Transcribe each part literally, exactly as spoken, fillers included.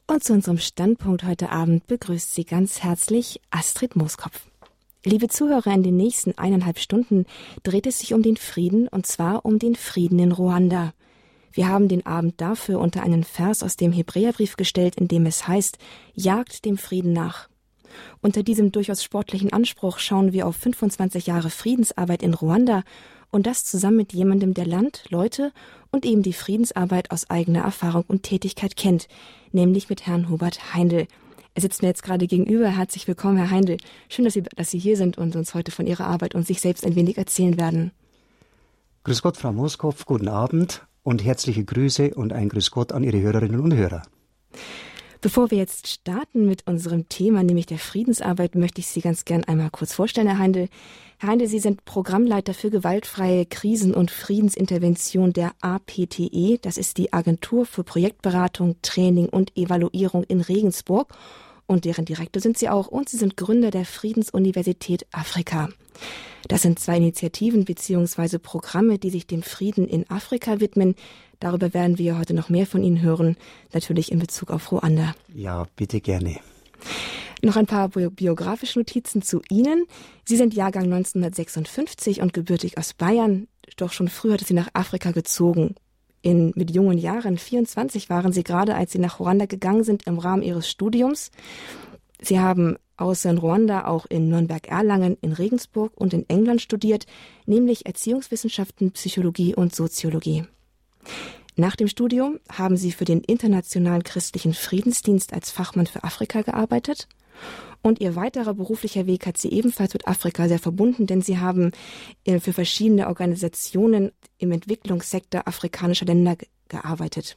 Und zu unserem Standpunkt heute Abend begrüßt Sie ganz herzlich Astrid Mooskopf. Liebe Zuhörer, in den nächsten eineinhalb Stunden dreht es sich um den Frieden, und zwar um den Frieden in Ruanda. Wir haben den Abend dafür unter einen Vers aus dem Hebräerbrief gestellt, in dem es heißt, jagt dem Frieden nach. Unter diesem durchaus sportlichen Anspruch schauen wir auf fünfundzwanzig Jahre Friedensarbeit in Ruanda und das zusammen mit jemandem, der Land, Leute und eben die Friedensarbeit aus eigener Erfahrung und Tätigkeit kennt, nämlich mit Herrn Hubert Heindl. Er sitzt mir jetzt gerade gegenüber. Herzlich willkommen, Herr Heindl. Schön, dass Sie, dass Sie hier sind und uns heute von Ihrer Arbeit und sich selbst ein wenig erzählen werden. Grüß Gott, Frau Mooskopf, guten Abend und herzliche Grüße und ein Grüß Gott an Ihre Hörerinnen und Hörer. Bevor wir jetzt starten mit unserem Thema, nämlich der Friedensarbeit, möchte ich Sie ganz gern einmal kurz vorstellen, Herr Heindl. Herr Heindl, Sie sind Programmleiter für gewaltfreie Krisen- und Friedensintervention der A P T E. Das ist die Agentur für Projektberatung, Training und Evaluierung in Regensburg. Und deren Direktor sind Sie auch. Und Sie sind Gründer der Friedensuniversität Afrika. Das sind zwei Initiativen bzw. Programme, die sich dem Frieden in Afrika widmen. Darüber werden wir heute noch mehr von Ihnen hören, natürlich in Bezug auf Ruanda. Ja, bitte gerne. Noch ein paar biografische Notizen zu Ihnen. Sie sind Jahrgang neunzehnhundertsechsundfünfzig und gebürtig aus Bayern. Doch schon früh hat es Sie nach Afrika gezogen. In, mit jungen Jahren, vierundzwanzig waren Sie gerade, als Sie nach Ruanda gegangen sind, im Rahmen Ihres Studiums. Sie haben außer in Ruanda auch in Nürnberg-Erlangen, in Regensburg und in England studiert, nämlich Erziehungswissenschaften, Psychologie und Soziologie. Nach dem Studium haben Sie für den Internationalen Christlichen Friedensdienst als Fachmann für Afrika gearbeitet. Und Ihr weiterer beruflicher Weg hat Sie ebenfalls mit Afrika sehr verbunden, denn Sie haben für verschiedene Organisationen im Entwicklungssektor afrikanischer Länder ge- gearbeitet.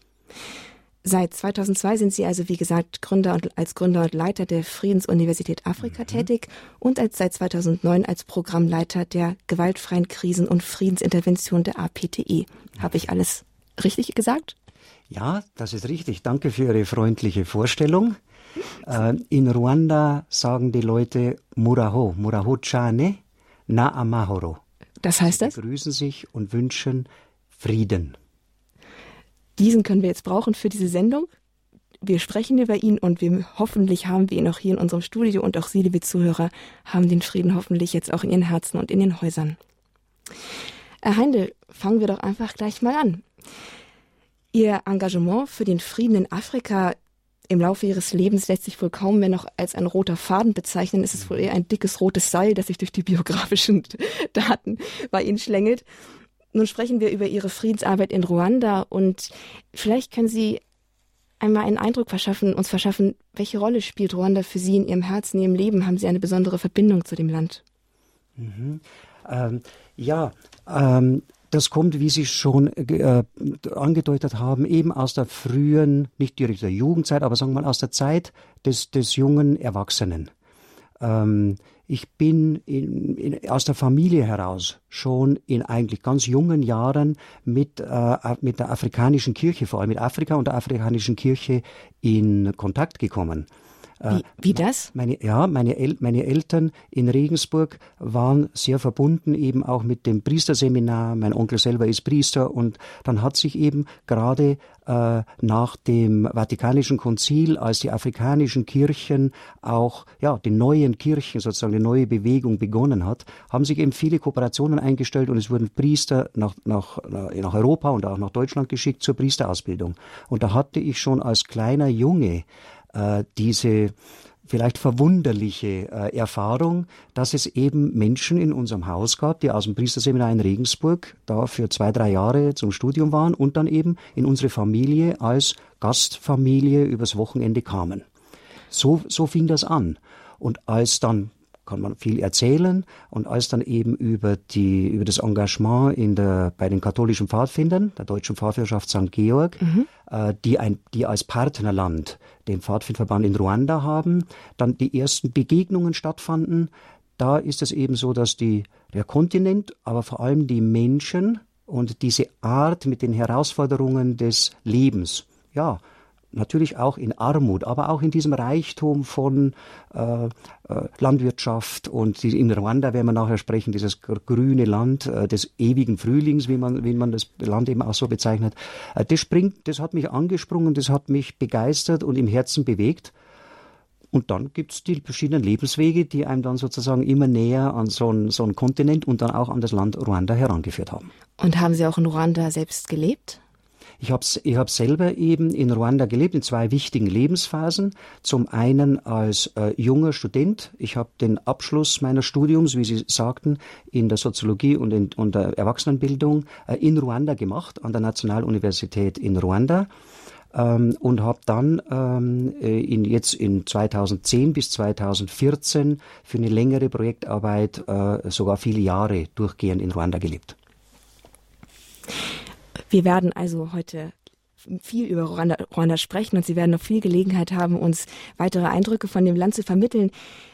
Seit zweitausendzwei sind Sie also, wie gesagt, Gründer und, als Gründer und Leiter der Friedensuniversität Afrika mhm. tätig und als seit zweitausendneun als Programmleiter der gewaltfreien Krisen- und Friedensintervention der A P T E. Mhm. Habe ich alles richtig gesagt? Ja, das ist richtig. Danke für Ihre freundliche Vorstellung. Äh, in Ruanda sagen die Leute Muraho, Muraho Chane, na amahoro. Das heißt das? Sie begrüßen sich und wünschen Frieden. Diesen können wir jetzt brauchen für diese Sendung. Wir sprechen über ihn und wir, hoffentlich haben wir ihn auch hier in unserem Studio und auch Sie, liebe Zuhörer, haben den Frieden hoffentlich jetzt auch in Ihren Herzen und in den Häusern. Herr Heindl, fangen wir doch einfach gleich mal an. Ihr Engagement für den Frieden in Afrika im Laufe Ihres Lebens lässt sich wohl kaum mehr noch als ein roter Faden bezeichnen. Es ist wohl eher ein dickes rotes Seil, das sich durch die biografischen Daten bei Ihnen schlängelt. Nun sprechen wir über Ihre Friedensarbeit in Ruanda und vielleicht können Sie einmal einen Eindruck verschaffen, uns verschaffen, welche Rolle spielt Ruanda für Sie in Ihrem Herzen, in Ihrem Leben? Haben Sie eine besondere Verbindung zu dem Land? Mhm. Ähm, ja, ähm, das kommt, wie Sie schon äh, angedeutet haben, eben aus der frühen, nicht direkt der Jugendzeit, aber sagen wir mal aus der Zeit des, des jungen Erwachsenen. Ähm, ich bin in, in, aus der Familie heraus schon in eigentlich ganz jungen Jahren mit, äh, mit der afrikanischen Kirche, vor allem mit Afrika und der afrikanischen Kirche in Kontakt gekommen. Wie, wie das? Meine, ja, meine, El- meine Eltern in Regensburg waren sehr verbunden eben auch mit dem Priesterseminar. Mein Onkel selber ist Priester und dann hat sich eben gerade äh, nach dem Vatikanischen Konzil, als die afrikanischen Kirchen auch, ja, die neuen Kirchen sozusagen, die neue Bewegung begonnen hat, haben sich eben viele Kooperationen eingestellt und es wurden Priester nach, nach, nach Europa und auch nach Deutschland geschickt zur Priesterausbildung. Und da hatte ich schon als kleiner Junge diese vielleicht verwunderliche äh, Erfahrung, dass es eben Menschen in unserem Haus gab, die aus dem Priesterseminar in Regensburg da für zwei, drei Jahre zum Studium waren und dann eben in unsere Familie als Gastfamilie übers Wochenende kamen. So, so fing das an. Und als dann kann man viel erzählen. Und als dann eben über die über das Engagement in der bei den katholischen Pfadfindern, der Deutschen Pfadfinderschaft Sankt Georg, mhm. äh, die ein die als Partnerland den Pfadfindverband in Ruanda haben, dann die ersten Begegnungen stattfanden. Da ist es eben so, dass die der Kontinent, aber vor allem die Menschen und diese Art mit den Herausforderungen des Lebens, ja, natürlich auch in Armut, aber auch in diesem Reichtum von äh, äh, Landwirtschaft und die, in Ruanda werden wir nachher sprechen, dieses grüne Land äh, des ewigen Frühlings, wie man, wie man das Land eben auch so bezeichnet. Äh, das springt, das hat mich angesprungen, das hat mich begeistert und im Herzen bewegt. Und dann gibt's die verschiedenen Lebenswege, die einem dann sozusagen immer näher an so einen, so einen Kontinent und dann auch an das Land Ruanda herangeführt haben. Und haben Sie auch in Ruanda selbst gelebt? Ich habe ich hab selber eben in Ruanda gelebt, in zwei wichtigen Lebensphasen. Zum einen als äh, junger Student. Ich habe den Abschluss meines Studiums, wie Sie sagten, in der Soziologie und in und der Erwachsenenbildung äh, in Ruanda gemacht, an der Nationaluniversität in Ruanda. Ähm, und habe dann ähm, in, jetzt in zweitausendzehn bis zweitausendvierzehn für eine längere Projektarbeit äh, sogar viele Jahre durchgehend in Ruanda gelebt. Wir werden also heute viel über Ruanda, Ruanda sprechen und Sie werden noch viel Gelegenheit haben, uns weitere Eindrücke von dem Land zu vermitteln.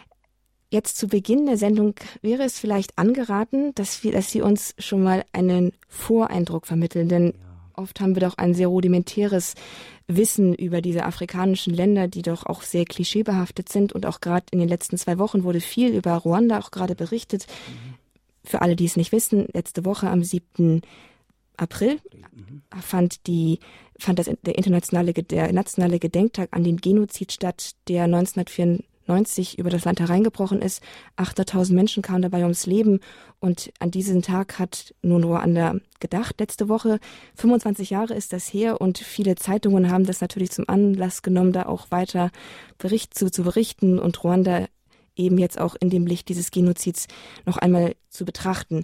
Jetzt zu Beginn der Sendung wäre es vielleicht angeraten, dass, wir, dass Sie uns schon mal einen Voreindruck vermitteln, denn oft haben wir doch ein sehr rudimentäres Wissen über diese afrikanischen Länder, die doch auch sehr klischeebehaftet sind. Und auch gerade in den letzten zwei Wochen wurde viel über Ruanda auch gerade berichtet. Mhm. Für alle, die es nicht wissen, letzte Woche am siebten April mhm. fand, die, fand das, der internationale, der nationale Gedenktag an den Genozid statt, der neunzehnhundertvierundneunzig über das Land hereingebrochen ist. achthunderttausend Menschen kamen dabei ums Leben. Und an diesen Tag hat nun Ruanda gedacht letzte Woche. fünfundzwanzig Jahre ist das her und viele Zeitungen haben das natürlich zum Anlass genommen, da auch weiter Bericht zu, zu berichten und Ruanda eben jetzt auch in dem Licht dieses Genozids noch einmal zu betrachten.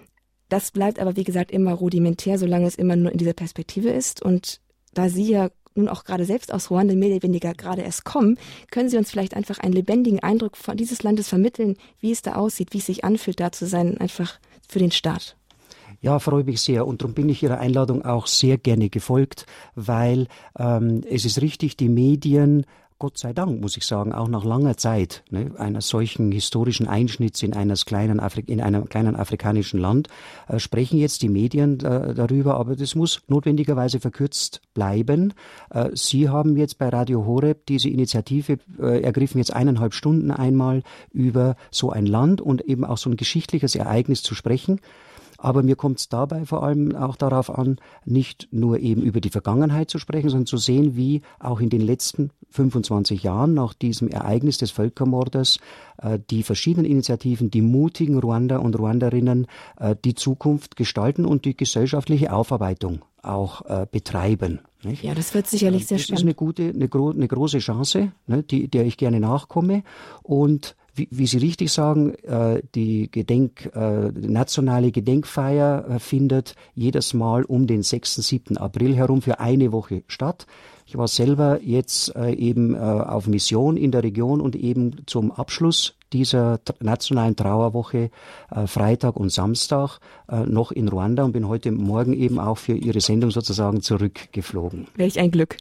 Das bleibt aber, wie gesagt, immer rudimentär, solange es immer nur in dieser Perspektive ist. Und da Sie ja nun auch gerade selbst aus Ruanda mehr oder weniger gerade erst kommen, können Sie uns vielleicht einfach einen lebendigen Eindruck von dieses Landes vermitteln, wie es da aussieht, wie es sich anfühlt, da zu sein, einfach für den Staat. Ja, freue mich sehr und darum bin ich Ihrer Einladung auch sehr gerne gefolgt, weil ähm, es ist richtig, die Medien, Gott sei Dank, muss ich sagen, auch nach langer Zeit, ne, eines solchen historischen Einschnitts in, eines kleinen Afri- in einem kleinen afrikanischen Land, äh, sprechen jetzt die Medien äh, darüber, aber das muss notwendigerweise verkürzt bleiben. Äh, Sie haben jetzt bei Radio Horeb diese Initiative äh, ergriffen, jetzt eineinhalb Stunden einmal über so ein Land und eben auch so ein geschichtliches Ereignis zu sprechen. Aber mir kommt es dabei vor allem auch darauf an, nicht nur eben über die Vergangenheit zu sprechen, sondern zu sehen, wie auch in den letzten fünfundzwanzig Jahren nach diesem Ereignis des Völkermordes äh, die verschiedenen Initiativen, die mutigen Ruander und Ruanderinnen äh, die Zukunft gestalten und die gesellschaftliche Aufarbeitung auch äh, betreiben. Nicht? Ja, das wird sicherlich sehr das spannend. Das ist eine gute, eine, gro- eine große Chance, ne, die, der ich gerne nachkomme und Wie, wie Sie richtig sagen, äh, die Gedenk, äh, die nationale Gedenkfeier äh, findet jedes Mal um den sechsten, siebten April herum für eine Woche statt. Ich war selber jetzt äh, eben äh, auf Mission in der Region und eben zum Abschluss dieser t- nationalen Trauerwoche äh, Freitag und Samstag äh, noch in Ruanda und bin heute Morgen eben auch für Ihre Sendung sozusagen zurückgeflogen. Welch ein Glück.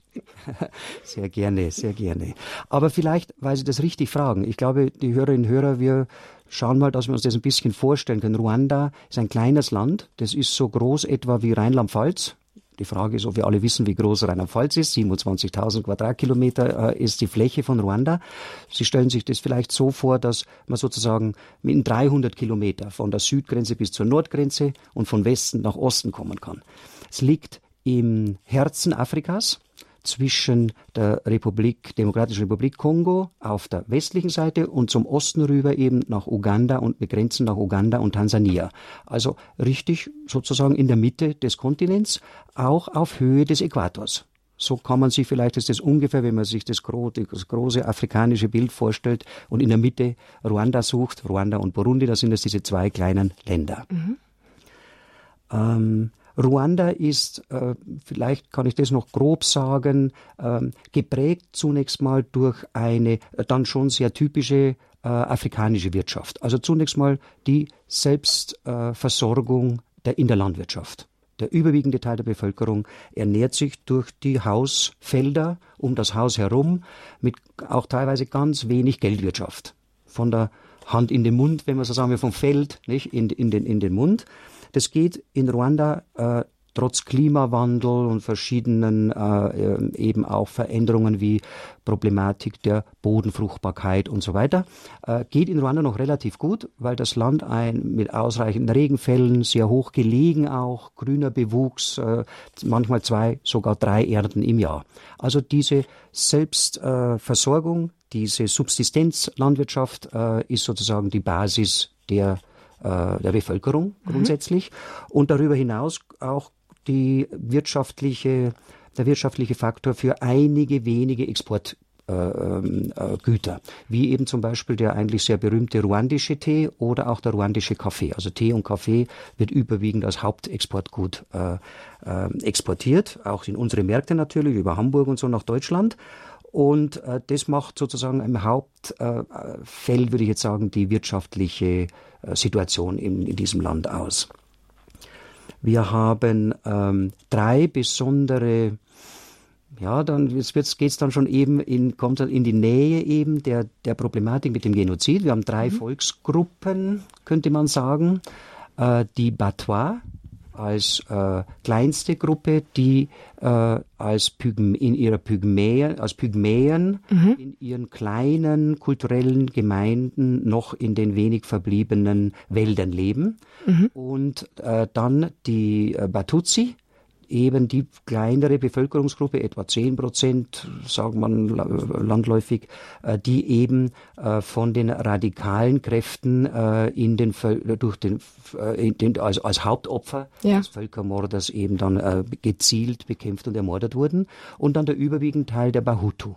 Sehr gerne, sehr gerne. Aber vielleicht, weil Sie das richtig fragen, ich glaube, die Hörerinnen und Hörer, wir schauen mal, dass wir uns das ein bisschen vorstellen können. Ruanda ist ein kleines Land, das ist so groß etwa wie Rheinland-Pfalz. Die Frage ist, ob wir alle wissen, wie groß Rheinland-Pfalz ist. siebenundzwanzigtausend Quadratkilometer äh, ist die Fläche von Ruanda. Sie stellen sich das vielleicht so vor, dass man sozusagen mit dreihundert Kilometer von der Südgrenze bis zur Nordgrenze und von Westen nach Osten kommen kann. Es liegt im Herzen Afrikas, zwischen der Republik, Demokratischen Republik Kongo auf der westlichen Seite und zum Osten rüber eben nach Uganda und mit Grenzen nach Uganda und Tansania. Also richtig sozusagen in der Mitte des Kontinents, auch auf Höhe des Äquators. So kann man sich vielleicht, ist das ungefähr, wenn man sich das, gro- das große afrikanische Bild vorstellt und in der Mitte Ruanda sucht, Ruanda und Burundi, da sind es diese zwei kleinen Länder. Mhm. Ähm, Ruanda ist, äh, vielleicht kann ich das noch grob sagen, ähm, geprägt zunächst mal durch eine äh, dann schon sehr typische äh, afrikanische Wirtschaft. Also zunächst mal die Selbstversorgung äh, der, in der Landwirtschaft. Der überwiegende Teil der Bevölkerung ernährt sich durch die Hausfelder um das Haus herum mit auch teilweise ganz wenig Geldwirtschaft. Von der Hand in den Mund, wenn man so sagen will, vom Feld nicht, in, in, den, in den Mund. Das geht in Ruanda äh, trotz Klimawandel und verschiedenen äh, eben auch Veränderungen wie Problematik der Bodenfruchtbarkeit und so weiter, äh, geht in Ruanda noch relativ gut, weil das Land ein mit ausreichenden Regenfällen, sehr hoch gelegen auch, grüner Bewuchs, äh, manchmal zwei, sogar drei Ernten im Jahr. Also diese Selbstversorgung, äh, diese Subsistenzlandwirtschaft äh, ist sozusagen die Basis der der Bevölkerung grundsätzlich mhm. und darüber hinaus auch die wirtschaftliche, der wirtschaftliche Faktor für einige wenige Exportgüter, äh, äh, wie eben zum Beispiel der eigentlich sehr berühmte ruandische Tee oder auch der ruandische Kaffee. Also Tee und Kaffee wird überwiegend als Hauptexportgut äh, äh, exportiert, auch in unsere Märkte natürlich, über Hamburg und so nach Deutschland. Und äh, das macht sozusagen im Hauptfeld, äh, würde ich jetzt sagen, die wirtschaftliche äh, Situation in, in diesem Land aus. Wir haben ähm, drei besondere, ja, dann jetzt geht es dann schon eben in, kommt dann in die Nähe eben der, der Problematik mit dem Genozid. Wir haben drei mhm. Volksgruppen, könnte man sagen. Äh, die Batwa als äh, kleinste Gruppe, die äh, als Pygm in ihrer Pygmäen, als Pygmäen mhm. in ihren kleinen kulturellen Gemeinden noch in den wenig verbliebenen Wäldern leben. Mhm. Und äh, dann die äh, Batutsi, eben die kleinere Bevölkerungsgruppe, etwa zehn Prozent, sagt man landläufig, die eben von den radikalen Kräften in den, durch den, in den als, als Hauptopfer ja. des Völkermordes eben dann gezielt bekämpft und ermordet wurden. Und dann der überwiegende Teil der Bahutu.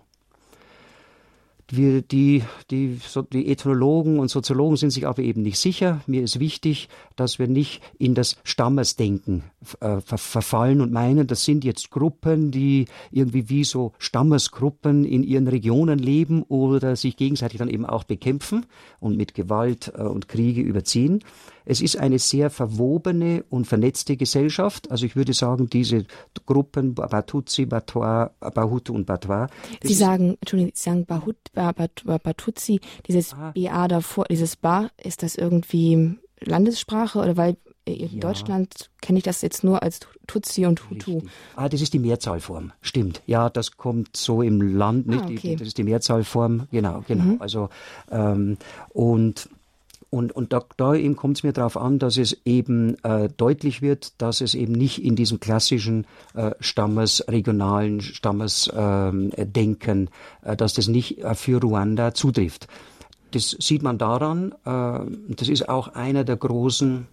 Wir, die, die, so, die Ethnologen und Soziologen sind sich aber eben nicht sicher. Mir ist wichtig, dass wir nicht in das Stammesdenken äh, ver verfallen und meinen, das sind jetzt Gruppen, die irgendwie wie so Stammesgruppen in ihren Regionen leben oder sich gegenseitig dann eben auch bekämpfen und mit Gewalt äh, und Kriege überziehen. Es ist eine sehr verwobene und vernetzte Gesellschaft. Also ich würde sagen, diese Gruppen Batutsi, Batwa, Bahutu und Batwa. Sie sagen, Entschuldigung, Sie sagen Bahut, Batutsi, dieses ah. B A davor, dieses Ba, ist das irgendwie Landessprache oder weil in ja. Deutschland kenne ich das jetzt nur als Tutsi und Hutu. Richtig. Ah, das ist die Mehrzahlform. Stimmt. Ja, das kommt so im Land, nicht? Ah, okay. die, das ist die Mehrzahlform. Genau, genau. Mhm. Also ähm, und Und, und da, da eben kommt es mir darauf an, dass es eben äh, deutlich wird, dass es eben nicht in diesem klassischen äh, Stammes, regionalen Stammesdenken, äh, äh, dass das nicht äh, für Ruanda zutrifft. Das sieht man daran, äh, das ist auch einer der großen,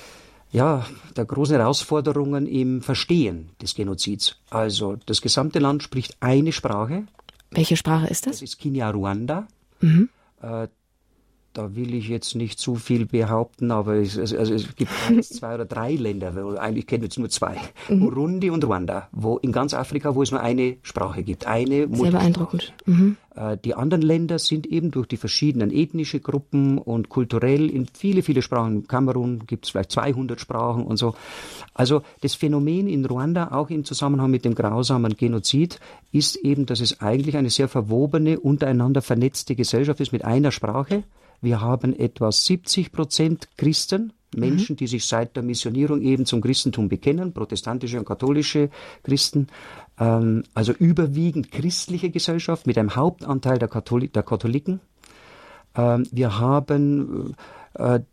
ja, der großen Herausforderungen im Verstehen des Genozids. Also das gesamte Land spricht eine Sprache. Welche Sprache ist das? Das ist Kinyarwanda. Mhm. Äh, Da will ich jetzt nicht zu viel behaupten, aber es, also es gibt eins, zwei oder drei Länder, eigentlich kenne ich jetzt nur zwei, mhm. Burundi und Ruanda, wo in ganz Afrika, wo es nur eine Sprache gibt, eine Muttersprache. Sehr beeindruckend. Mhm. Die anderen Länder sind eben durch die verschiedenen ethnischen Gruppen und kulturell in viele, viele Sprachen. In Kamerun gibt es vielleicht zweihundert Sprachen und so. Also das Phänomen in Ruanda, auch im Zusammenhang mit dem grausamen Genozid, ist eben, dass es eigentlich eine sehr verwobene, untereinander vernetzte Gesellschaft ist mit einer Sprache. Wir haben etwa siebzig Prozent Christen, Menschen, mhm. die sich seit der Missionierung eben zum Christentum bekennen, protestantische und katholische Christen, ähm, also überwiegend christliche Gesellschaft mit einem Hauptanteil der, Katholi der Katholiken. Ähm, wir haben äh,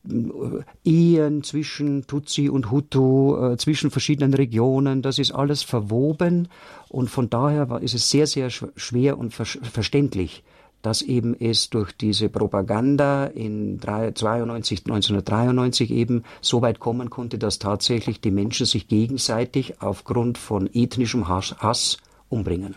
Ehen zwischen Tutsi und Hutu, äh, zwischen verschiedenen Regionen, das ist alles verwoben und von daher war, ist es sehr, sehr schwer und ver verständlich, dass eben es durch diese Propaganda in neunzehnhundertdreiundneunzig eben so weit kommen konnte, dass tatsächlich die Menschen sich gegenseitig aufgrund von ethnischem Hass, Hass umbringen.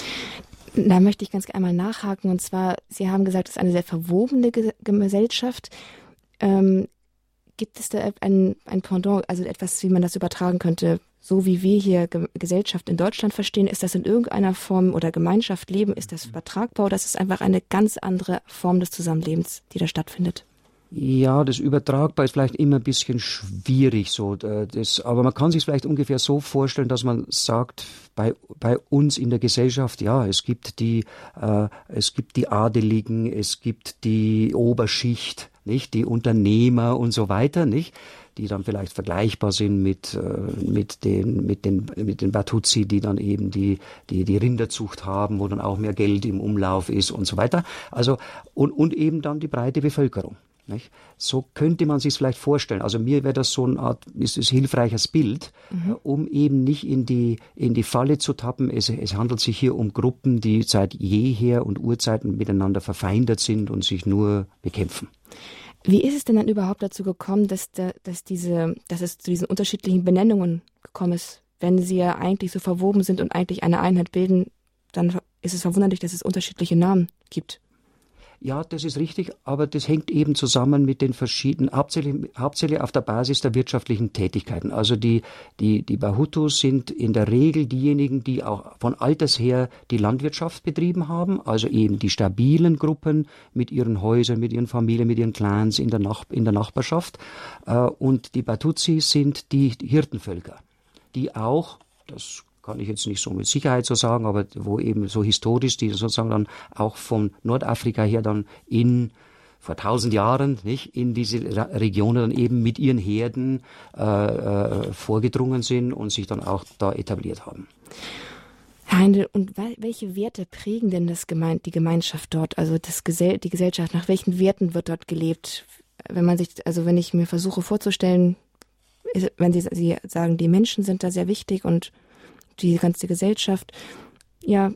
Da möchte ich ganz einmal nachhaken, und zwar, Sie haben gesagt, es ist eine sehr verwobene Ge Gesellschaft. Ähm, gibt es da ein, ein Pendant, also etwas, wie man das übertragen könnte? So wie wir hier Ge Gesellschaft in Deutschland verstehen, ist das in irgendeiner Form oder Gemeinschaft leben, ist das übertragbar oder ist es einfach eine ganz andere Form des Zusammenlebens, die da stattfindet? Ja, das übertragbar ist vielleicht immer ein bisschen schwierig, so, das, aber man kann sich vielleicht ungefähr so vorstellen, dass man sagt, bei, bei uns in der Gesellschaft, ja, es gibt die, äh, es gibt die Adeligen, es gibt die Oberschicht, nicht, die Unternehmer und so weiter, nicht? die dann vielleicht vergleichbar sind mit, mit den, mit den, mit den Batutsi, die dann eben die, die, die Rinderzucht haben, wo dann auch mehr Geld im Umlauf ist und so weiter. Also, und, und eben dann die breite Bevölkerung. Nicht? So könnte man sich es vielleicht vorstellen. Also mir wäre das so eine Art, ist ein hilfreiches Bild, mhm. um eben nicht in die, in die Falle zu tappen. Es, es handelt sich hier um Gruppen, die seit jeher und Urzeiten miteinander verfeindet sind und sich nur bekämpfen. Wie ist es denn dann überhaupt dazu gekommen, dass, der, dass, diese, dass es zu diesen unterschiedlichen Benennungen gekommen ist? Wenn sie ja eigentlich so verwoben sind und eigentlich eine Einheit bilden, dann ist es verwunderlich, dass es unterschiedliche Namen gibt. Ja, das ist richtig, aber das hängt eben zusammen mit den verschiedenen, hauptsächlich, hauptsächlich auf der Basis der wirtschaftlichen Tätigkeiten. Also die, die, die Bahutus sind in der Regel diejenigen, die auch von alters her die Landwirtschaft betrieben haben, also eben die stabilen Gruppen mit ihren Häusern, mit ihren Familien, mit ihren Clans in der, Nach- in der Nachbarschaft. Und die Batutsi sind die Hirtenvölker, die auch, das kann ich jetzt nicht so mit Sicherheit so sagen, aber wo eben so historisch, die sozusagen dann auch von Nordafrika her dann in, vor tausend Jahren, nicht, in diese Regionen dann eben mit ihren Herden äh, äh, vorgedrungen sind und sich dann auch da etabliert haben. Herr Heindl, und welche Werte prägen denn das Geme- die Gemeinschaft dort, also das Gesell- die Gesellschaft, nach welchen Werten wird dort gelebt? Wenn man sich, also wenn ich mir versuche vorzustellen, wenn Sie, Sie sagen, die Menschen sind da sehr wichtig und die ganze Gesellschaft. Ja,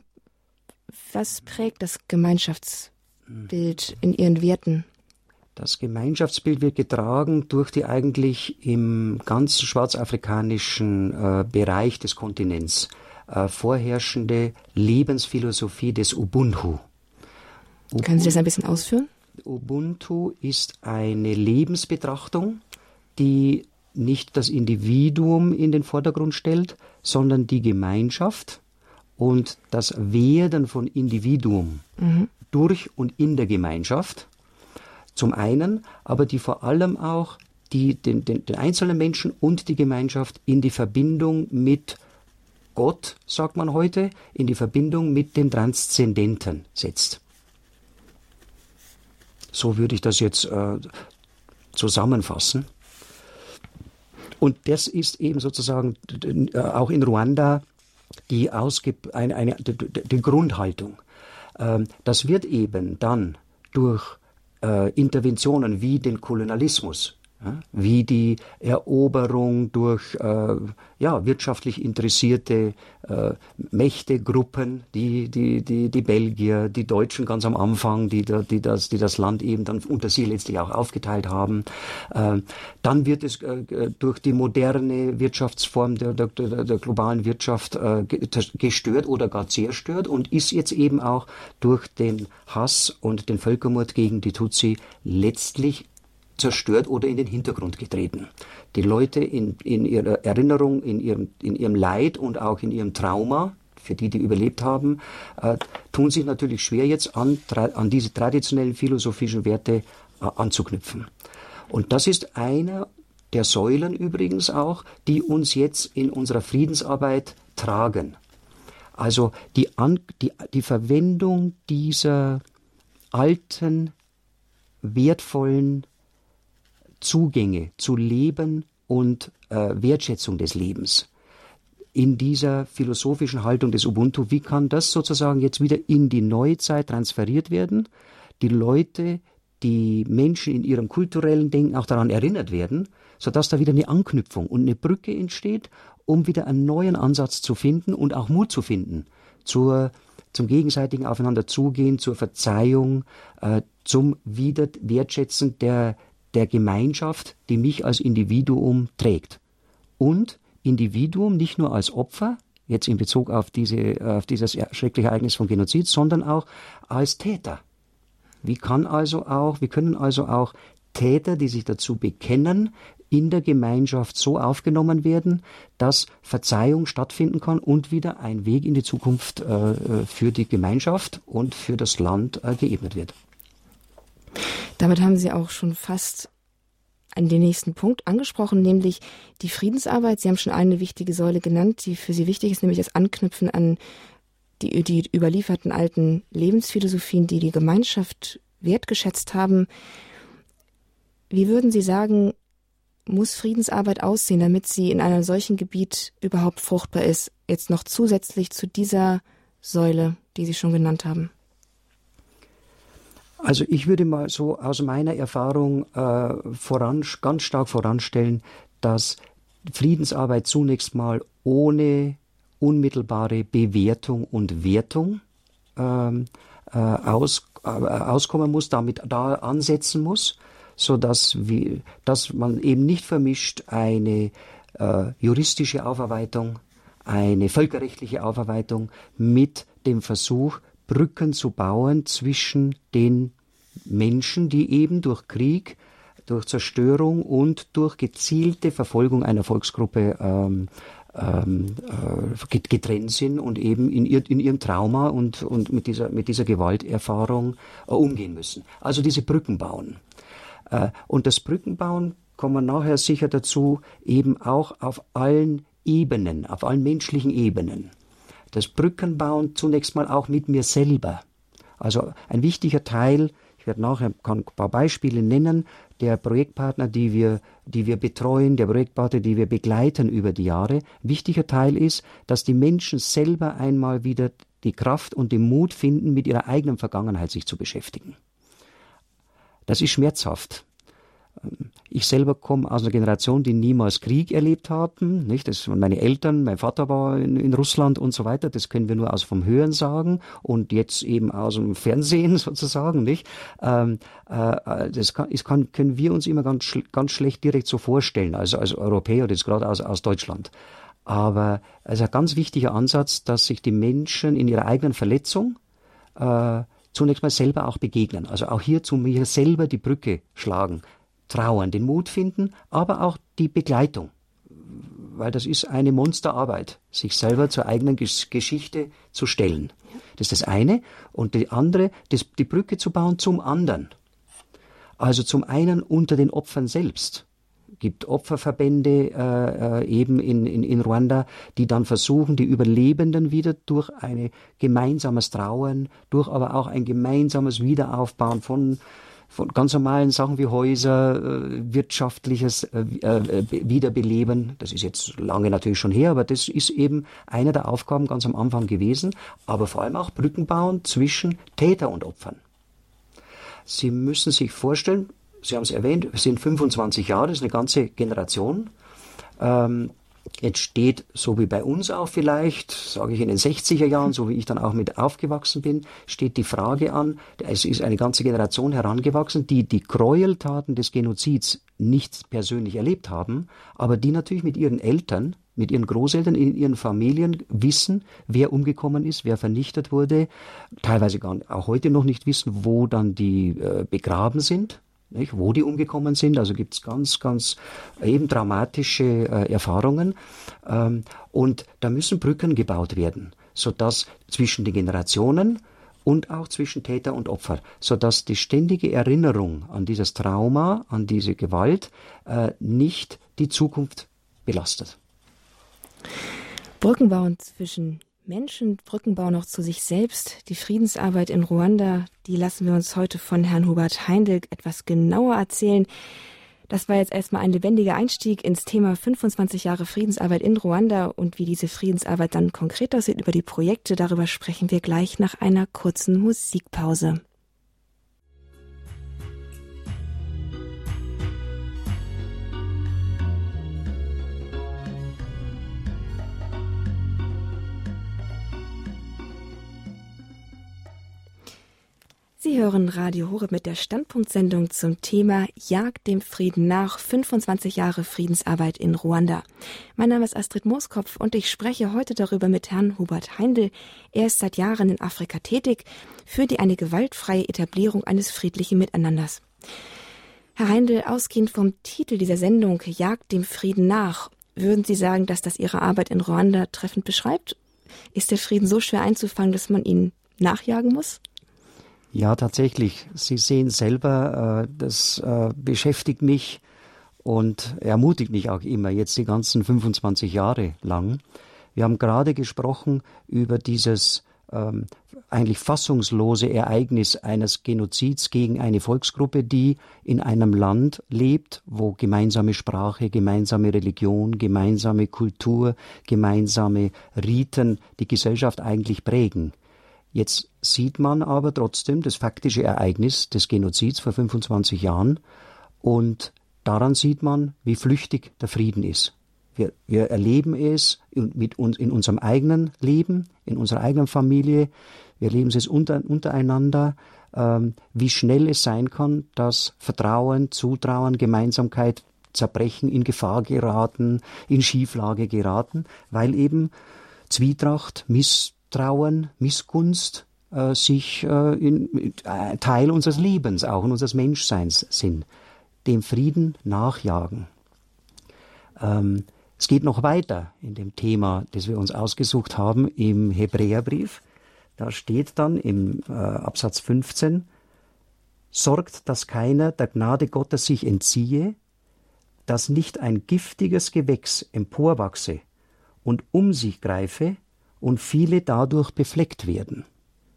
was prägt das Gemeinschaftsbild in Ihren Werten? Das Gemeinschaftsbild wird getragen durch die eigentlich im ganzen schwarzafrikanischen äh, Bereich des Kontinents äh, vorherrschende Lebensphilosophie des Ubuntu. Ubuntu. Können Sie das ein bisschen ausführen? Ubuntu ist eine Lebensbetrachtung, die nicht das Individuum in den Vordergrund stellt, sondern die Gemeinschaft und das Werden von Individuum mhm. durch und in der Gemeinschaft. Zum einen, aber die vor allem auch die, den, den, den einzelnen Menschen und die Gemeinschaft in die Verbindung mit Gott, sagt man heute, in die Verbindung mit dem Transzendenten setzt. So würde ich das jetzt äh, zusammenfassen. Und das ist eben sozusagen äh, auch in Ruanda die, Ausge- eine, eine, die, die Grundhaltung. Ähm, das wird eben dann durch äh, Interventionen wie den Kolonialismus, ja, wie die Eroberung durch äh, ja, wirtschaftlich interessierte äh, Mächtegruppen, die, die, die, die Belgier, die Deutschen ganz am Anfang, die, die, das, die das Land eben dann unter sich letztlich auch aufgeteilt haben. Äh, dann wird es äh, durch die moderne Wirtschaftsform der, der, der, der globalen Wirtschaft äh, gestört oder gar zerstört und ist jetzt eben auch durch den Hass und den Völkermord gegen die Tutsi letztlich zerstört oder in den Hintergrund getreten. Die Leute in, in ihrer Erinnerung, in ihrem, in ihrem Leid und auch in ihrem Trauma, für die, die überlebt haben, äh, tun sich natürlich schwer jetzt an, an diese traditionellen philosophischen Werte äh, anzuknüpfen. Und das ist einer der Säulen übrigens auch, die uns jetzt in unserer Friedensarbeit tragen. Also die, an, die, die Verwendung dieser alten, wertvollen Zugänge zu Leben und äh, Wertschätzung des Lebens in dieser philosophischen Haltung des Ubuntu. Wie kann das sozusagen jetzt wieder in die Neuzeit transferiert werden? Die Leute, die Menschen in ihrem kulturellen Denken auch daran erinnert werden, sodass da wieder eine Anknüpfung und eine Brücke entsteht, um wieder einen neuen Ansatz zu finden und auch Mut zu finden zur, zum gegenseitigen Aufeinander zugehen, zur Verzeihung, äh, zum Wiederwertschätzen der der Gemeinschaft, die mich als Individuum trägt. Und Individuum nicht nur als Opfer, jetzt in Bezug auf, diese, auf dieses schreckliche Ereignis von Genozid, sondern auch als Täter. Wie kann also auch, wie können also auch Täter, die sich dazu bekennen, in der Gemeinschaft so aufgenommen werden, dass Verzeihung stattfinden kann und wieder ein Weg in die Zukunft äh, für die Gemeinschaft und für das Land äh, geebnet wird. Damit haben Sie auch schon fast an den nächsten Punkt angesprochen, nämlich die Friedensarbeit. Sie haben schon eine wichtige Säule genannt, die für Sie wichtig ist, nämlich das Anknüpfen an die, die überlieferten alten Lebensphilosophien, die die Gemeinschaft wertgeschätzt haben. Wie würden Sie sagen, muss Friedensarbeit aussehen, damit sie in einem solchen Gebiet überhaupt fruchtbar ist? Jetzt noch zusätzlich zu dieser Säule, die Sie schon genannt haben. Also ich würde mal so aus meiner Erfahrung äh, voran, ganz stark voranstellen, dass Friedensarbeit zunächst mal ohne unmittelbare Bewertung und Wertung ähm, äh, aus, äh, auskommen muss, damit da ansetzen muss, so dass wir, dass man eben nicht vermischt eine äh, juristische Aufarbeitung, eine völkerrechtliche Aufarbeitung mit dem Versuch, Brücken zu bauen zwischen den Menschen, die eben durch Krieg, durch Zerstörung und durch gezielte Verfolgung einer Volksgruppe ähm, ähm, äh, getrennt sind und eben in, ihr, in ihrem Trauma und, und mit dieser, mit dieser Gewalterfahrung äh, umgehen müssen. Also diese Brücken bauen. Äh, und das Brückenbauen, kommen wir nachher sicher dazu, eben auch auf allen Ebenen, auf allen menschlichen Ebenen. Das Brückenbauen zunächst mal auch mit mir selber. Also ein wichtiger Teil, ich werde nachher kann ein paar Beispiele nennen, der Projektpartner, die wir, die wir betreuen, der Projektpartner, die wir begleiten über die Jahre. Wichtiger Teil ist, dass die Menschen selber einmal wieder die Kraft und den Mut finden, mit ihrer eigenen Vergangenheit sich zu beschäftigen. Das ist schmerzhaft. Ich selber komme aus einer Generation, die niemals Krieg erlebt haben. Nicht? Das waren meine Eltern, mein Vater war in, in Russland und so weiter. Das können wir nur aus vom Hören sagen und jetzt eben aus dem Fernsehen sozusagen. Nicht? Ähm, äh, das kann, das kann, können wir uns immer ganz, ganz schlecht direkt so vorstellen, also als Europäer, jetzt gerade aus, aus Deutschland. Aber es ist ein ganz wichtiger Ansatz, dass sich die Menschen in ihrer eigenen Verletzung äh, zunächst mal selber auch begegnen. Also auch hier zu mir selber die Brücke schlagen. Trauern, den Mut finden, aber auch die Begleitung. Weil das ist eine Monsterarbeit, sich selber zur eigenen Gesch- Geschichte zu stellen. Das ist das eine. Und die andere, das, die Brücke zu bauen zum anderen. Also zum einen unter den Opfern selbst. Es gibt Opferverbände äh, eben in, in, in Ruanda, die dann versuchen, die Überlebenden wieder durch ein gemeinsames Trauern, durch aber auch ein gemeinsames Wiederaufbauen von von ganz normalen Sachen wie Häuser, äh, wirtschaftliches äh, äh, Wiederbeleben. Das ist jetzt lange natürlich schon her, aber das ist eben eine der Aufgaben ganz am Anfang gewesen. Aber vor allem auch Brücken bauen zwischen Täter und Opfern. Sie müssen sich vorstellen, Sie haben es erwähnt, es sind fünfundzwanzig Jahre, das ist eine ganze Generation. Ähm, Jetzt steht, so wie bei uns auch vielleicht, sage ich in den sechziger Jahren, so wie ich dann auch mit aufgewachsen bin, steht die Frage an, es ist eine ganze Generation herangewachsen, die die Gräueltaten des Genozids nicht persönlich erlebt haben, aber die natürlich mit ihren Eltern, mit ihren Großeltern, in ihren Familien wissen, wer umgekommen ist, wer vernichtet wurde, teilweise gar auch heute noch nicht wissen, wo dann die äh, begraben sind. Nicht, wo die umgekommen sind, also gibt es ganz, ganz eben dramatische äh, Erfahrungen. Ähm, und da müssen Brücken gebaut werden, sodass zwischen den Generationen und auch zwischen Täter und Opfer, sodass die ständige Erinnerung an dieses Trauma, an diese Gewalt äh, nicht die Zukunft belastet. Brücken bauen zwischen Menschen, Brückenbau noch zu sich selbst. Die Friedensarbeit in Ruanda, die lassen wir uns heute von Herrn Hubert Heindl etwas genauer erzählen. Das war jetzt erstmal ein lebendiger Einstieg ins Thema fünfundzwanzig Jahre Friedensarbeit in Ruanda und wie diese Friedensarbeit dann konkret aussieht über die Projekte. Darüber sprechen wir gleich nach einer kurzen Musikpause. Sie hören Radio Horeb mit der Standpunktsendung zum Thema Jagd dem Frieden nach, fünfundzwanzig Jahre Friedensarbeit in Ruanda. Mein Name ist Astrid Mooskopf und ich spreche heute darüber mit Herrn Hubert Heindl. Er ist seit Jahren in Afrika tätig, für die eine gewaltfreie Etablierung eines friedlichen Miteinanders. Herr Heindl, ausgehend vom Titel dieser Sendung Jagd dem Frieden nach, würden Sie sagen, dass das Ihre Arbeit in Ruanda treffend beschreibt? Ist der Frieden so schwer einzufangen, dass man ihn nachjagen muss? Ja, tatsächlich. Sie sehen selber, äh, das äh, beschäftigt mich und ermutigt mich auch immer, jetzt die ganzen fünfundzwanzig Jahre lang. Wir haben gerade gesprochen über dieses ähm, eigentlich fassungslose Ereignis eines Genozids gegen eine Volksgruppe, die in einem Land lebt, wo gemeinsame Sprache, gemeinsame Religion, gemeinsame Kultur, gemeinsame Riten die Gesellschaft eigentlich prägen. Jetzt sieht man aber trotzdem das faktische Ereignis des Genozids vor fünfundzwanzig Jahren und daran sieht man, wie flüchtig der Frieden ist. Wir, wir erleben es in, mit uns, in unserem eigenen Leben, in unserer eigenen Familie. Wir erleben es unter, untereinander, ähm, wie schnell es sein kann, dass Vertrauen, Zutrauen, Gemeinsamkeit zerbrechen, in Gefahr geraten, in Schieflage geraten, weil eben Zwietracht, Misstrauen, Missgunst äh, sich äh, in, äh, Teil unseres Lebens, auch in unseres Menschseins sind. Dem Frieden nachjagen. Ähm, Es geht noch weiter in dem Thema, das wir uns ausgesucht haben, im Hebräerbrief. Da steht dann im äh, Absatz fünfzehn, sorgt, dass keiner der Gnade Gottes sich entziehe, dass nicht ein giftiges Gewächs emporwachse und um sich greife und viele dadurch befleckt werden.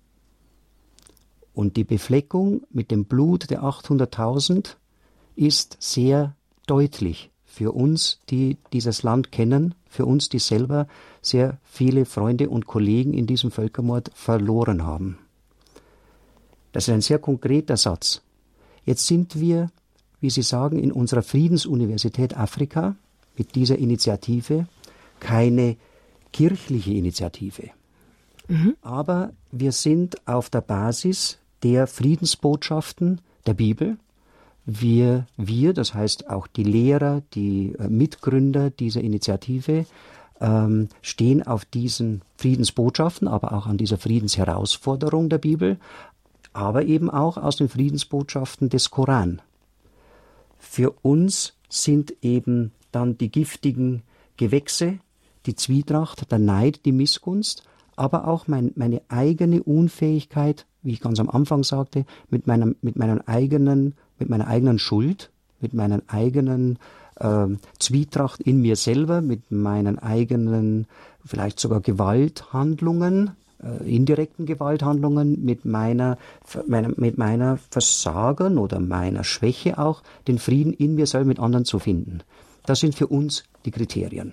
Und die Befleckung mit dem Blut der achthunderttausend ist sehr deutlich. Für uns, die dieses Land kennen, für uns, die selber sehr viele Freunde und Kollegen in diesem Völkermord verloren haben. Das ist ein sehr konkreter Satz. Jetzt sind wir, wie Sie sagen, in unserer Friedensuniversität Afrika mit dieser Initiative keine kirchliche Initiative. Mhm. Aber wir sind auf der Basis der Friedensbotschaften der Bibel. Wir, wir, das heißt auch die Lehrer, die äh, Mitgründer dieser Initiative, ähm, stehen auf diesen Friedensbotschaften, aber auch an dieser Friedensherausforderung der Bibel, aber eben auch aus den Friedensbotschaften des Koran. Für uns sind eben dann die giftigen Gewächse, die Zwietracht, der Neid, die Missgunst, aber auch mein, meine eigene Unfähigkeit, wie ich ganz am Anfang sagte, mit meinem, mit meinem eigenen mit meiner eigenen Schuld, mit meiner eigenen äh, Zwietracht in mir selber, mit meinen eigenen, vielleicht sogar Gewalthandlungen, äh, indirekten Gewalthandlungen, mit meiner, meiner, mit meiner Versagen oder meiner Schwäche auch, den Frieden in mir selber mit anderen zu finden. Das sind für uns die Kriterien.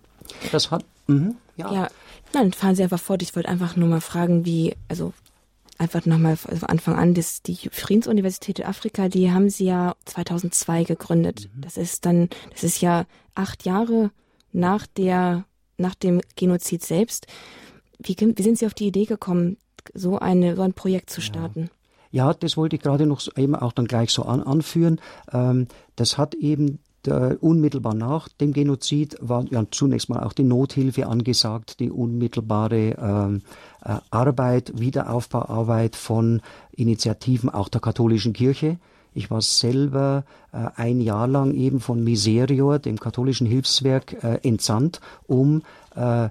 Das hat, mh, ja. Ja, dann fahren Sie einfach fort. Ich wollte einfach nur mal fragen, wie, also einfach nochmal von Anfang an, das, die Friedensuniversität Afrika, die haben Sie ja zweitausendzwei gegründet. Mhm. Das ist dann, das ist ja acht Jahre nach der, nach dem Genozid selbst. Wie, wie sind Sie auf die Idee gekommen, so eine, so ein Projekt zu starten? Ja, ja, das wollte ich gerade noch eben auch dann gleich so an, anführen. Ähm, das hat eben Der, unmittelbar nach dem Genozid war ja zunächst mal auch die Nothilfe angesagt, die unmittelbare ähm, äh, Arbeit, Wiederaufbauarbeit von Initiativen auch der katholischen Kirche. Ich war selber äh, ein Jahr lang eben von Miserior, dem katholischen Hilfswerk, äh, entsandt, um äh,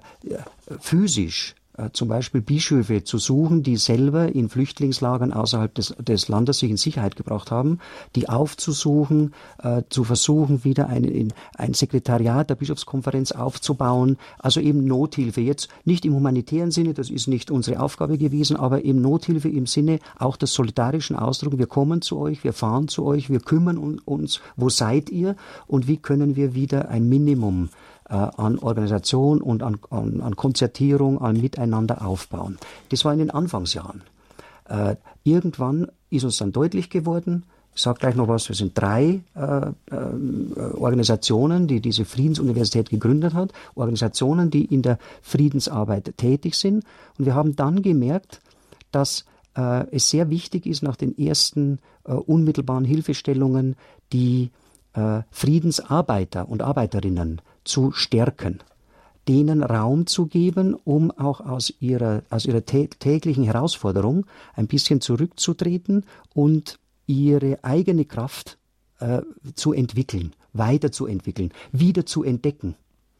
physisch zum Beispiel Bischöfe zu suchen, die selber in Flüchtlingslagern außerhalb des, des Landes sich in Sicherheit gebracht haben, die aufzusuchen, äh, zu versuchen, wieder ein, in, ein Sekretariat der Bischofskonferenz aufzubauen, also eben Nothilfe. Jetzt nicht im humanitären Sinne, das ist nicht unsere Aufgabe gewesen, aber eben Nothilfe im Sinne auch des solidarischen Ausdrucks. Wir kommen zu euch, wir fahren zu euch, wir kümmern uns, wo seid ihr und wie können wir wieder ein Minimum an Organisation und an, an, an Konzertierung, an Miteinander aufbauen. Das war in den Anfangsjahren. Äh, irgendwann ist uns dann deutlich geworden, ich sage gleich noch was, wir sind drei äh, äh, Organisationen, die diese Friedensuniversität gegründet hat, Organisationen, die in der Friedensarbeit tätig sind. Und wir haben dann gemerkt, dass äh, es sehr wichtig ist, nach den ersten äh, unmittelbaren Hilfestellungen die äh, Friedensarbeiter und Arbeiterinnen zu stärken, denen Raum zu geben, um auch aus ihrer, aus ihrer täglichen Herausforderung ein bisschen zurückzutreten und ihre eigene Kraft äh, zu entwickeln, weiterzuentwickeln, wieder zu entdecken.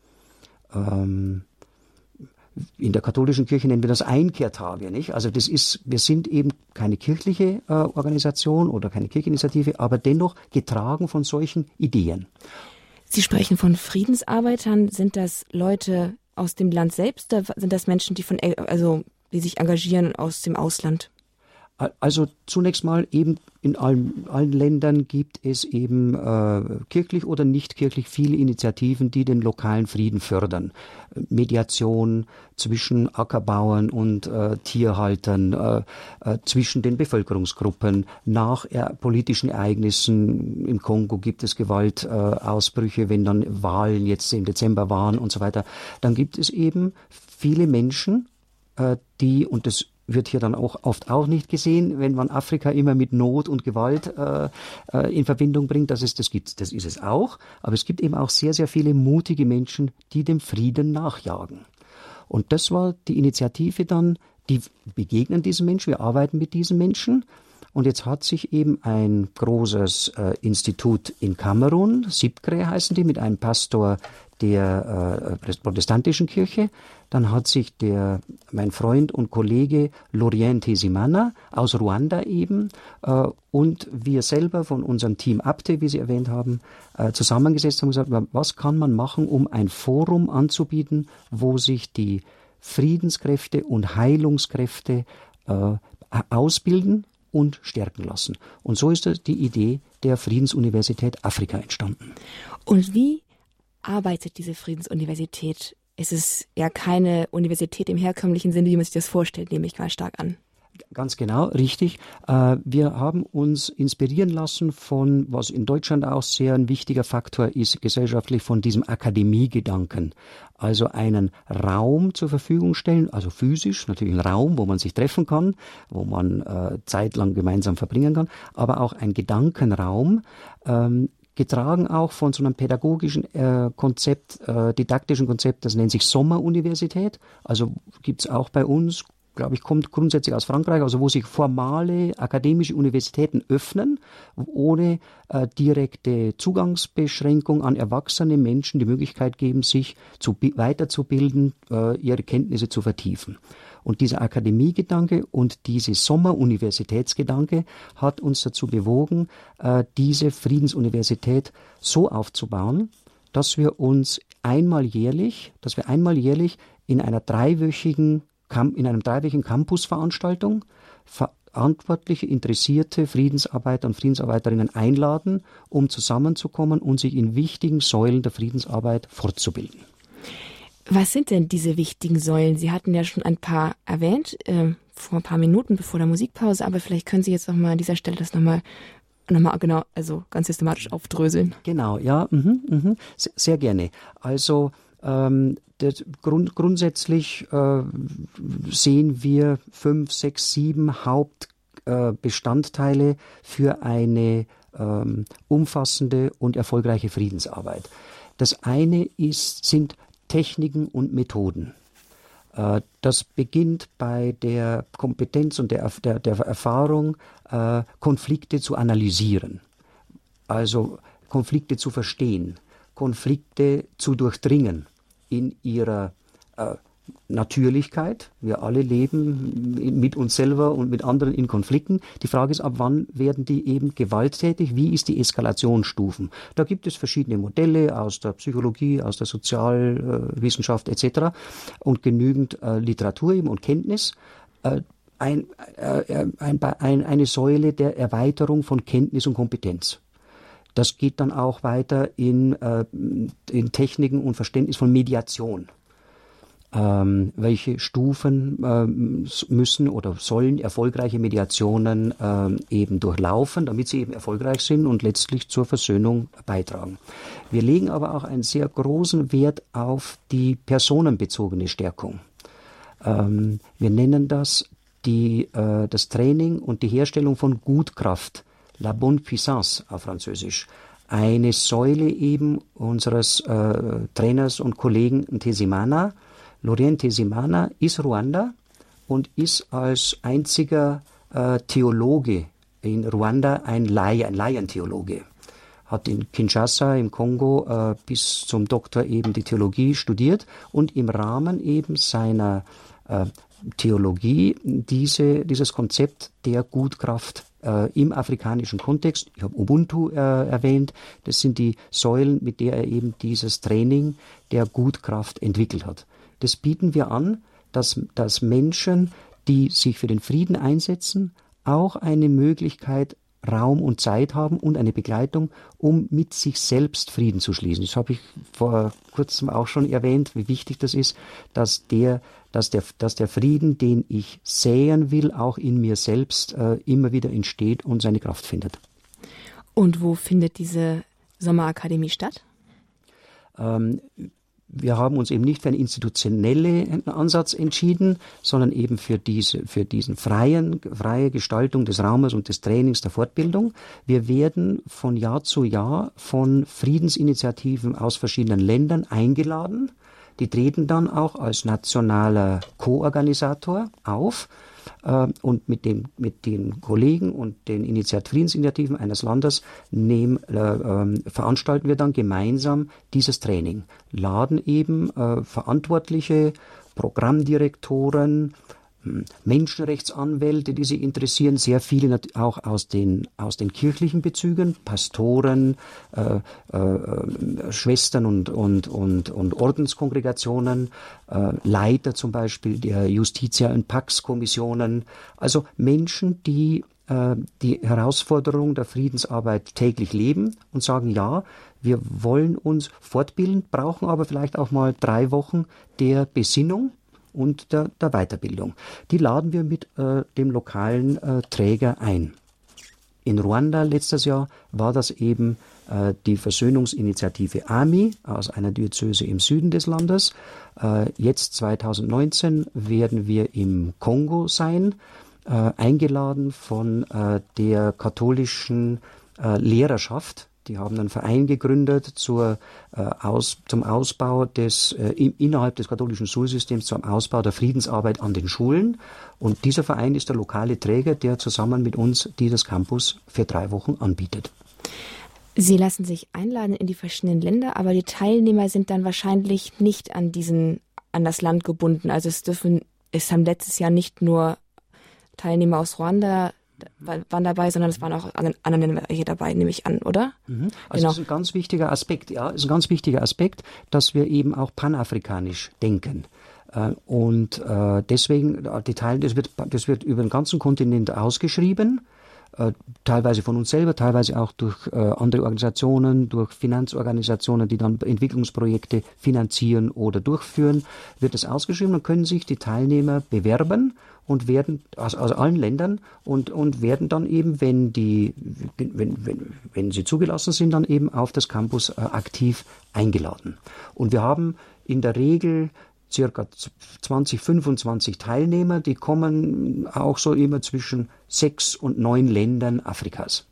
Ähm, in der katholischen Kirche nennen wir das Einkehrtage, nicht? Also das ist, wir sind eben keine kirchliche äh, Organisation oder keine Kircheninitiative, aber dennoch getragen von solchen Ideen. Sie sprechen von Friedensarbeitern. Sind das Leute aus dem Land selbst? Oder sind das Menschen, die von, also die sich engagieren aus dem Ausland? Also zunächst mal eben in allen, allen Ländern gibt es eben äh, kirchlich oder nicht kirchlich viele Initiativen, die den lokalen Frieden fördern. Mediation zwischen Ackerbauern und äh, Tierhaltern, äh, äh, zwischen den Bevölkerungsgruppen. Nach er, politischen Ereignissen im Kongo gibt es Gewaltausbrüche, äh, wenn dann Wahlen jetzt im Dezember waren und so weiter. Dann gibt es eben viele Menschen, äh, die, und das wird hier dann auch oft auch nicht gesehen, wenn man Afrika immer mit Not und Gewalt äh, äh, in Verbindung bringt. Das ist, das gibt's, das ist es auch. Aber es gibt eben auch sehr, sehr viele mutige Menschen, die dem Frieden nachjagen. Und das war die Initiative dann, die begegnen diesen Menschen, wir arbeiten mit diesen Menschen. Und jetzt hat sich eben ein großes äh, Institut in Kamerun, SIPCRE heißen die, mit einem Pastor der äh, protestantischen Kirche. Dann hat sich der, mein Freund und Kollege Laurent Tesimana aus Ruanda eben äh, und wir selber von unserem Team Abte, wie Sie erwähnt haben, äh, zusammengesetzt und gesagt, was kann man machen, um ein Forum anzubieten, wo sich die Friedenskräfte und Heilungskräfte äh, ausbilden und stärken lassen. Und so ist die Idee der Friedensuniversität Afrika entstanden. Und wie arbeitet diese Friedensuniversität? Es ist ja keine Universität im herkömmlichen Sinne, wie man sich das vorstellt, nehme ich mal stark an. Ganz genau, richtig. Wir haben uns inspirieren lassen von, was in Deutschland auch sehr ein wichtiger Faktor ist, gesellschaftlich, von diesem Akademiegedanken. Also einen Raum zur Verfügung stellen, also physisch, natürlich ein Raum, wo man sich treffen kann, wo man äh, zeitlang gemeinsam verbringen kann, aber auch ein Gedankenraum, ähm, getragen auch von so einem pädagogischen äh, Konzept, äh, didaktischen Konzept, das nennt sich Sommeruniversität. Also gibt's auch bei uns, glaube ich, kommt grundsätzlich aus Frankreich, also wo sich formale akademische Universitäten öffnen, ohne äh, direkte Zugangsbeschränkung an erwachsene Menschen die Möglichkeit geben, sich zu, weiterzubilden, äh, ihre Kenntnisse zu vertiefen. Und dieser Akademiegedanke und diese Sommeruniversitätsgedanke hat uns dazu bewogen, äh, diese Friedensuniversität so aufzubauen, dass wir uns einmal jährlich, dass wir einmal jährlich in einer dreiwöchigen in einem dreiwöchigen Campusveranstaltung verantwortliche, interessierte Friedensarbeiter und Friedensarbeiterinnen einladen, um zusammenzukommen und sich in wichtigen Säulen der Friedensarbeit fortzubilden. Was sind denn diese wichtigen Säulen? Sie hatten ja schon ein paar erwähnt, äh, vor ein paar Minuten bevor der Musikpause, aber vielleicht können Sie jetzt noch mal an dieser Stelle das nochmal nochmal genau, also ganz systematisch aufdröseln. Genau, ja, mh, mh, sehr, sehr gerne. Also ähm, Das Grund, grundsätzlich äh, sehen wir fünf, sechs, sieben Hauptbestandteile äh, für eine ähm, umfassende und erfolgreiche Friedensarbeit. Das eine ist, sind Techniken und Methoden. Äh, das beginnt bei der Kompetenz und der, der, der Erfahrung, äh, Konflikte zu analysieren, also Konflikte zu verstehen, Konflikte zu durchdringen in ihrer äh, Natürlichkeit. Wir alle leben mit uns selber und mit anderen in Konflikten. Die Frage ist, ab wann werden die eben gewalttätig? Wie ist die Eskalationsstufen? Da gibt es verschiedene Modelle aus der Psychologie, aus der Sozialwissenschaft äh, et cetera und genügend äh, Literatur eben und Kenntnis. Äh, ein, äh, ein, ein, eine Säule der Erweiterung von Kenntnis und Kompetenz. Das geht dann auch weiter in, äh, in Techniken und Verständnis von Mediation. Ähm, welche Stufen ähm, müssen oder sollen erfolgreiche Mediationen ähm, eben durchlaufen, damit sie eben erfolgreich sind und letztlich zur Versöhnung beitragen. Wir legen aber auch einen sehr großen Wert auf die personenbezogene Stärkung. Ähm, wir nennen das die, äh, das Training und die Herstellung von Gutkraft. La bonne puissance auf Französisch. Eine Säule eben unseres äh, Trainers und Kollegen Tesimana. Laurent Tesimana ist Ruanda und ist als einziger äh, Theologe in Ruanda ein Laie, ein Laientheologe. Hat in Kinshasa im Kongo äh, bis zum Doktor eben die Theologie studiert und im Rahmen eben seiner äh, Theologie diese, dieses Konzept der Gutkraft äh, im afrikanischen Kontext, ich habe Ubuntu äh, erwähnt, das sind die Säulen, mit der er eben dieses Training der Gutkraft entwickelt hat. Das bieten wir an dass, dass Menschen, die sich für den Frieden einsetzen, auch eine Möglichkeit, Raum und Zeit haben und eine Begleitung, um mit sich selbst Frieden zu schließen. Das habe ich vor kurzem auch schon erwähnt, wie wichtig das ist, dass der, dass der, dass der Frieden, den ich säen will, auch in mir selbst äh, immer wieder entsteht und seine Kraft findet. Und wo findet diese Sommerakademie statt? Ähm, Wir haben uns eben nicht für einen institutionellen Ansatz entschieden, sondern eben für diese, für diesen freien, freie Gestaltung des Raumes und des Trainings, der Fortbildung. Wir werden von Jahr zu Jahr von Friedensinitiativen aus verschiedenen Ländern eingeladen. Die treten dann auch als nationaler Co-Organisator auf. Und mit den, mit den Kollegen und den Initiat- Friedensinitiativen eines Landes nehmen, äh, äh, veranstalten wir dann gemeinsam dieses Training. Laden eben äh, verantwortliche Programmdirektoren, Menschenrechtsanwälte, die sich interessieren, sehr viele auch aus den, aus den kirchlichen Bezügen, Pastoren, äh, äh, Schwestern und, und, und, und Ordenskongregationen, äh, Leiter zum Beispiel der Justitia- und Pax-Kommissionen, also Menschen, die äh, die Herausforderung der Friedensarbeit täglich leben und sagen, ja, wir wollen uns fortbilden, brauchen aber vielleicht auch mal drei Wochen der Besinnung und der, der Weiterbildung. Die laden wir mit äh, dem lokalen äh, Träger ein. In Ruanda letztes Jahr war das eben äh, die Versöhnungsinitiative A M I aus einer Diözese im Süden des Landes. Äh, jetzt zweitausendneunzehn werden wir im Kongo sein, äh, eingeladen von äh, der katholischen äh, Lehrerschaft. Die haben einen Verein gegründet zur, äh, aus, zum Ausbau des, äh, im, innerhalb des katholischen Schulsystems, zum Ausbau der Friedensarbeit an den Schulen. Und dieser Verein ist der lokale Träger, der zusammen mit uns dieses Campus für drei Wochen anbietet. Sie lassen sich einladen in die verschiedenen Länder, aber die Teilnehmer sind dann wahrscheinlich nicht an diesen, an das Land gebunden. Also es dürfen, es haben letztes Jahr nicht nur Teilnehmer aus Ruanda waren dabei, sondern es waren auch andere Länder hier dabei, nehme ich an, oder? Mhm. Also genau. Das ist ein ganz wichtiger Aspekt, ja, ist ein ganz wichtiger Aspekt, dass wir eben auch panafrikanisch denken. Und deswegen, die Teil, das wird, das wird über den ganzen Kontinent ausgeschrieben, teilweise von uns selber, teilweise auch durch äh, andere Organisationen, durch Finanzorganisationen, die dann Entwicklungsprojekte finanzieren oder durchführen, wird es ausgeschrieben. Dann können sich die Teilnehmer bewerben und werden aus, aus allen Ländern und, und werden dann eben, wenn die, wenn, wenn, wenn sie zugelassen sind, dann eben auf das Campus äh, aktiv eingeladen. Und wir haben in der Regel circa zwanzig, fünfundzwanzig Teilnehmer, die kommen auch so immer zwischen sechs und neun Ländern Afrikas.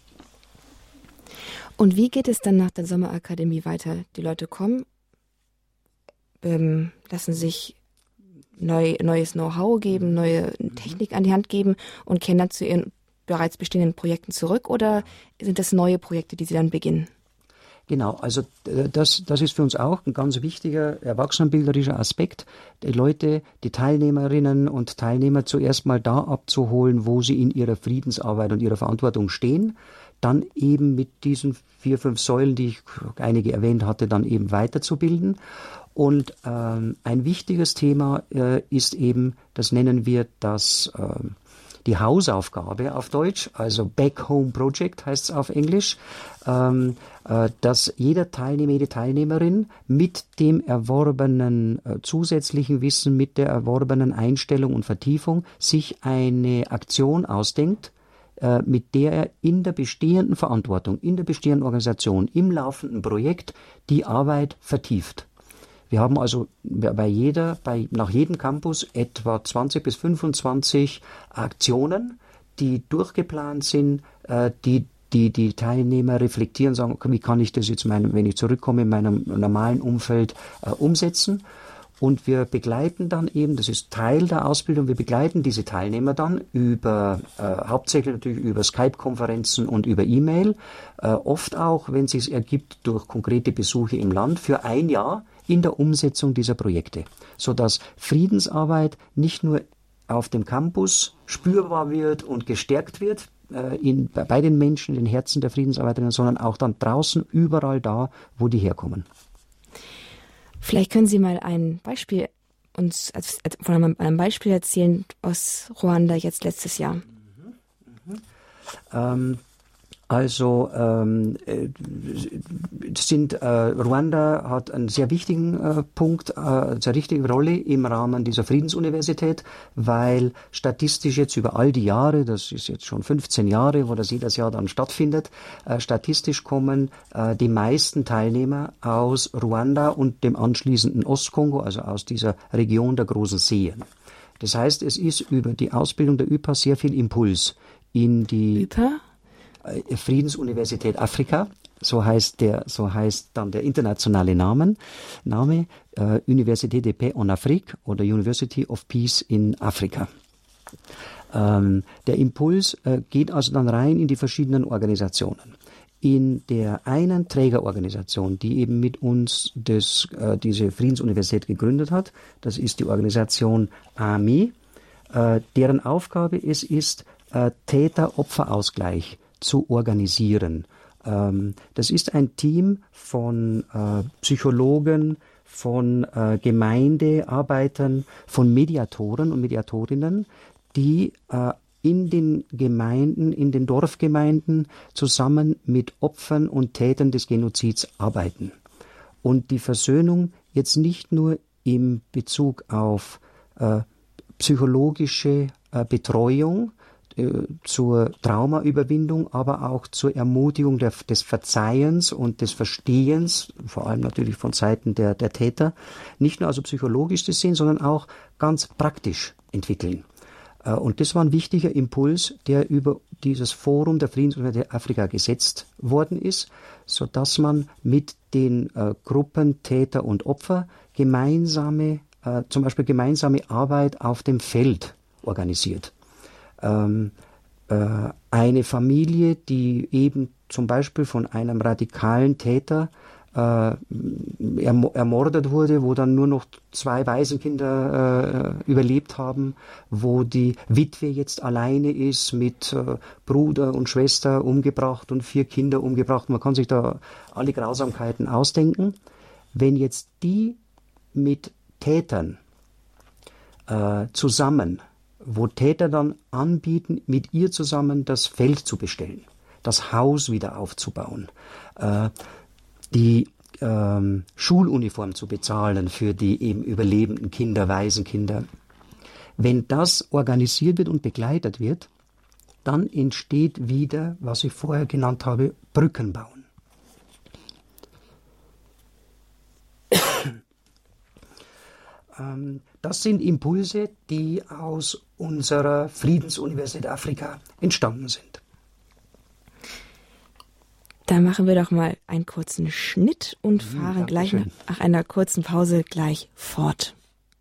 Und wie geht es dann nach der Sommerakademie weiter? Die Leute kommen, ähm, lassen sich neu, neues Know-how geben, neue Technik an die Hand geben und kehren dann zu ihren bereits bestehenden Projekten zurück, oder sind das neue Projekte, die sie dann beginnen? Genau, also das, das ist für uns auch ein ganz wichtiger erwachsenenbildnerischer Aspekt, die Leute, die Teilnehmerinnen und Teilnehmer zuerst mal da abzuholen, wo sie in ihrer Friedensarbeit und ihrer Verantwortung stehen, dann eben mit diesen vier, fünf Säulen, die ich einige erwähnt hatte, dann eben weiterzubilden. Und ähm, ein wichtiges Thema äh, ist eben, das nennen wir das äh, die Hausaufgabe auf Deutsch, also Back Home Project heißt es auf Englisch, ähm, äh, dass jeder Teilnehmer, jede Teilnehmerin mit dem erworbenen äh, zusätzlichen Wissen, mit der erworbenen Einstellung und Vertiefung sich eine Aktion ausdenkt, äh, mit der er in der bestehenden Verantwortung, in der bestehenden Organisation, im laufenden Projekt die Arbeit vertieft. Wir haben also bei jeder, bei, nach jedem Campus etwa zwanzig bis fünfundzwanzig Aktionen, die durchgeplant sind, äh, die, die die Teilnehmer reflektieren, sagen, okay, wie kann ich das jetzt, mein, wenn ich zurückkomme, in meinem normalen Umfeld äh, umsetzen. Und wir begleiten dann eben, das ist Teil der Ausbildung, wir begleiten diese Teilnehmer dann über, äh, hauptsächlich natürlich über Skype-Konferenzen und über E-Mail, äh, oft auch, wenn es sich ergibt, durch konkrete Besuche im Land für ein Jahr, in der Umsetzung dieser Projekte, sodass Friedensarbeit nicht nur auf dem Campus spürbar wird und gestärkt wird äh, in, bei den Menschen, in den Herzen der Friedensarbeiterinnen, sondern auch dann draußen, überall da, wo die herkommen. Vielleicht können Sie mal ein Beispiel uns als, als von einem, einem Beispiel erzählen aus Ruanda jetzt letztes Jahr? Mhm. Mhm. Ähm, also ähm, sind äh, Ruanda hat einen sehr wichtigen äh, Punkt, äh, eine sehr wichtige Rolle im Rahmen dieser Friedensuniversität, weil statistisch jetzt über all die Jahre, das ist jetzt schon fünfzehn Jahre, wo das jedes Jahr dann stattfindet, äh, statistisch kommen äh, die meisten Teilnehmer aus Ruanda und dem anschließenden Ostkongo, also aus dieser Region der großen Seen. Das heißt, es ist über die Ausbildung der Ü P A sehr viel Impuls in die Ü P A? Friedensuniversität Afrika, so heißt der, so heißt dann der internationale Namen, Name, äh, Université de Paix en Afrique oder University of Peace in Afrika. Ähm, der Impuls äh, geht also dann rein in die verschiedenen Organisationen. In der einen Trägerorganisation, die eben mit uns das, äh, diese Friedensuniversität gegründet hat, das ist die Organisation A M I, äh, deren Aufgabe es ist, äh, Täter-Opfer-Ausgleich zu organisieren. Ähm, das ist ein Team von äh, Psychologen, von äh, Gemeindearbeitern, von Mediatoren und Mediatorinnen, die äh, in den Gemeinden, in den Dorfgemeinden zusammen mit Opfern und Tätern des Genozids arbeiten. Und die Versöhnung jetzt nicht nur im Bezug auf äh, psychologische äh, Betreuung, zur Traumaüberwindung, aber auch zur Ermutigung der, des Verzeihens und des Verstehens, vor allem natürlich von Seiten der, der Täter, nicht nur also psychologisch zu sehen, sondern auch ganz praktisch entwickeln. Und das war ein wichtiger Impuls, der über dieses Forum der Friedensuniversität Afrika gesetzt worden ist, sodass man mit den äh, Gruppen Täter und Opfer gemeinsame, äh, zum Beispiel gemeinsame Arbeit auf dem Feld organisiert. Ähm, äh, eine Familie, die eben zum Beispiel von einem radikalen Täter äh, erm- ermordet wurde, wo dann nur noch zwei Waisenkinder äh, überlebt haben, wo die Witwe jetzt alleine ist, mit äh, Bruder und Schwester umgebracht und vier Kinder umgebracht. Man kann sich da alle Grausamkeiten ausdenken. Wenn jetzt die mit Tätern äh, zusammen, wo Täter dann anbieten, mit ihr zusammen das Feld zu bestellen, das Haus wieder aufzubauen, äh, die ähm, Schuluniform zu bezahlen für die eben überlebenden Kinder, Waisenkinder. Wenn das organisiert wird und begleitet wird, dann entsteht wieder, was ich vorher genannt habe, Brückenbauen. ähm, Das sind Impulse, die aus unserer Friedensuniversität Afrika entstanden sind. Da machen wir doch mal einen kurzen Schnitt und mhm, fahren gleich nach, nach einer kurzen Pause gleich fort.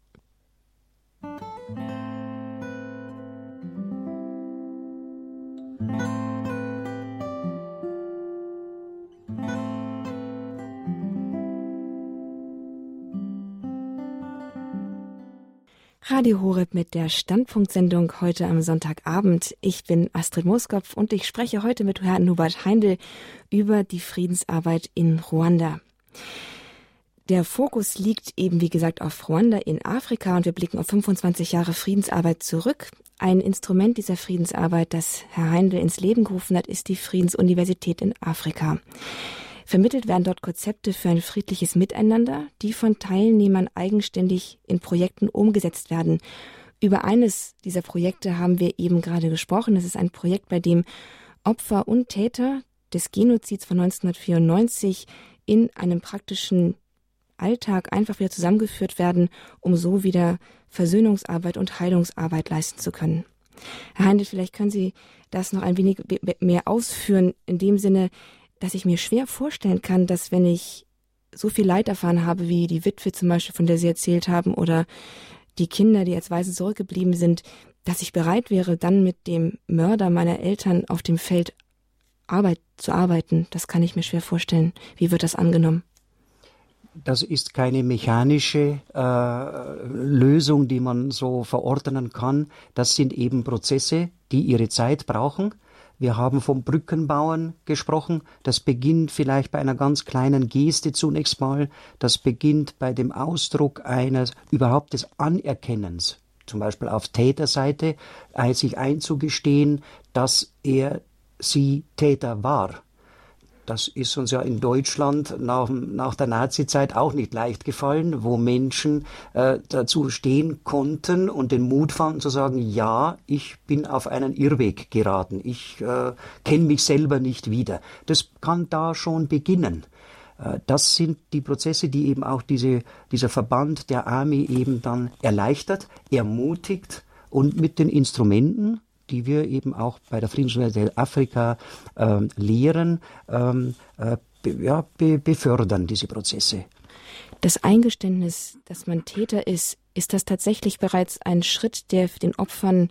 Radio Horeb mit der Standpunktsendung heute am Sonntagabend. Ich bin Astrid Mooskopf und ich spreche heute mit Herrn Hubert Heindl über die Friedensarbeit in Ruanda. Der Fokus liegt eben, wie gesagt, auf Ruanda in Afrika und wir blicken auf fünfundzwanzig Jahre Friedensarbeit zurück. Ein Instrument dieser Friedensarbeit, das Herr Heindl ins Leben gerufen hat, ist die Friedensuniversität in Afrika. Vermittelt werden dort Konzepte für ein friedliches Miteinander, die von Teilnehmern eigenständig in Projekten umgesetzt werden. Über eines dieser Projekte haben wir eben gerade gesprochen. Das ist ein Projekt, bei dem Opfer und Täter des Genozids von neunzehnhundertvierundneunzig in einem praktischen Alltag einfach wieder zusammengeführt werden, um so wieder Versöhnungsarbeit und Heilungsarbeit leisten zu können. Herr Heindl, vielleicht können Sie das noch ein wenig mehr ausführen, in dem Sinne, dass ich mir schwer vorstellen kann, dass wenn ich so viel Leid erfahren habe, wie die Witwe zum Beispiel, von der Sie erzählt haben, oder die Kinder, die als Waisen zurückgeblieben sind, dass ich bereit wäre, dann mit dem Mörder meiner Eltern auf dem Feld Arbeit zu arbeiten. Das kann ich mir schwer vorstellen. Wie wird das angenommen? Das ist keine mechanische äh, Lösung, die man so verordnen kann. Das sind eben Prozesse, die ihre Zeit brauchen. Wir haben vom Brückenbauen gesprochen. Das beginnt vielleicht bei einer ganz kleinen Geste zunächst mal. Das beginnt bei dem Ausdruck eines überhaupt des Anerkennens, zum Beispiel auf Täterseite, sich einzugestehen, dass er, sie Täter war. Das ist uns ja in Deutschland nach, nach der Nazizeit auch nicht leicht gefallen, wo Menschen äh, dazu stehen konnten und den Mut fanden zu sagen, ja, ich bin auf einen Irrweg geraten, ich äh, kenne mich selber nicht wieder. Das kann da schon beginnen. Äh, das sind die Prozesse, die eben auch diese, dieser Verband der Army eben dann erleichtert, ermutigt und mit den Instrumenten, die wir eben auch bei der Friedensuniversität Afrika äh, lehren, ähm, äh, be, ja, be, befördern diese Prozesse. Das Eingeständnis, dass man Täter ist, ist das tatsächlich bereits ein Schritt, der den Opfern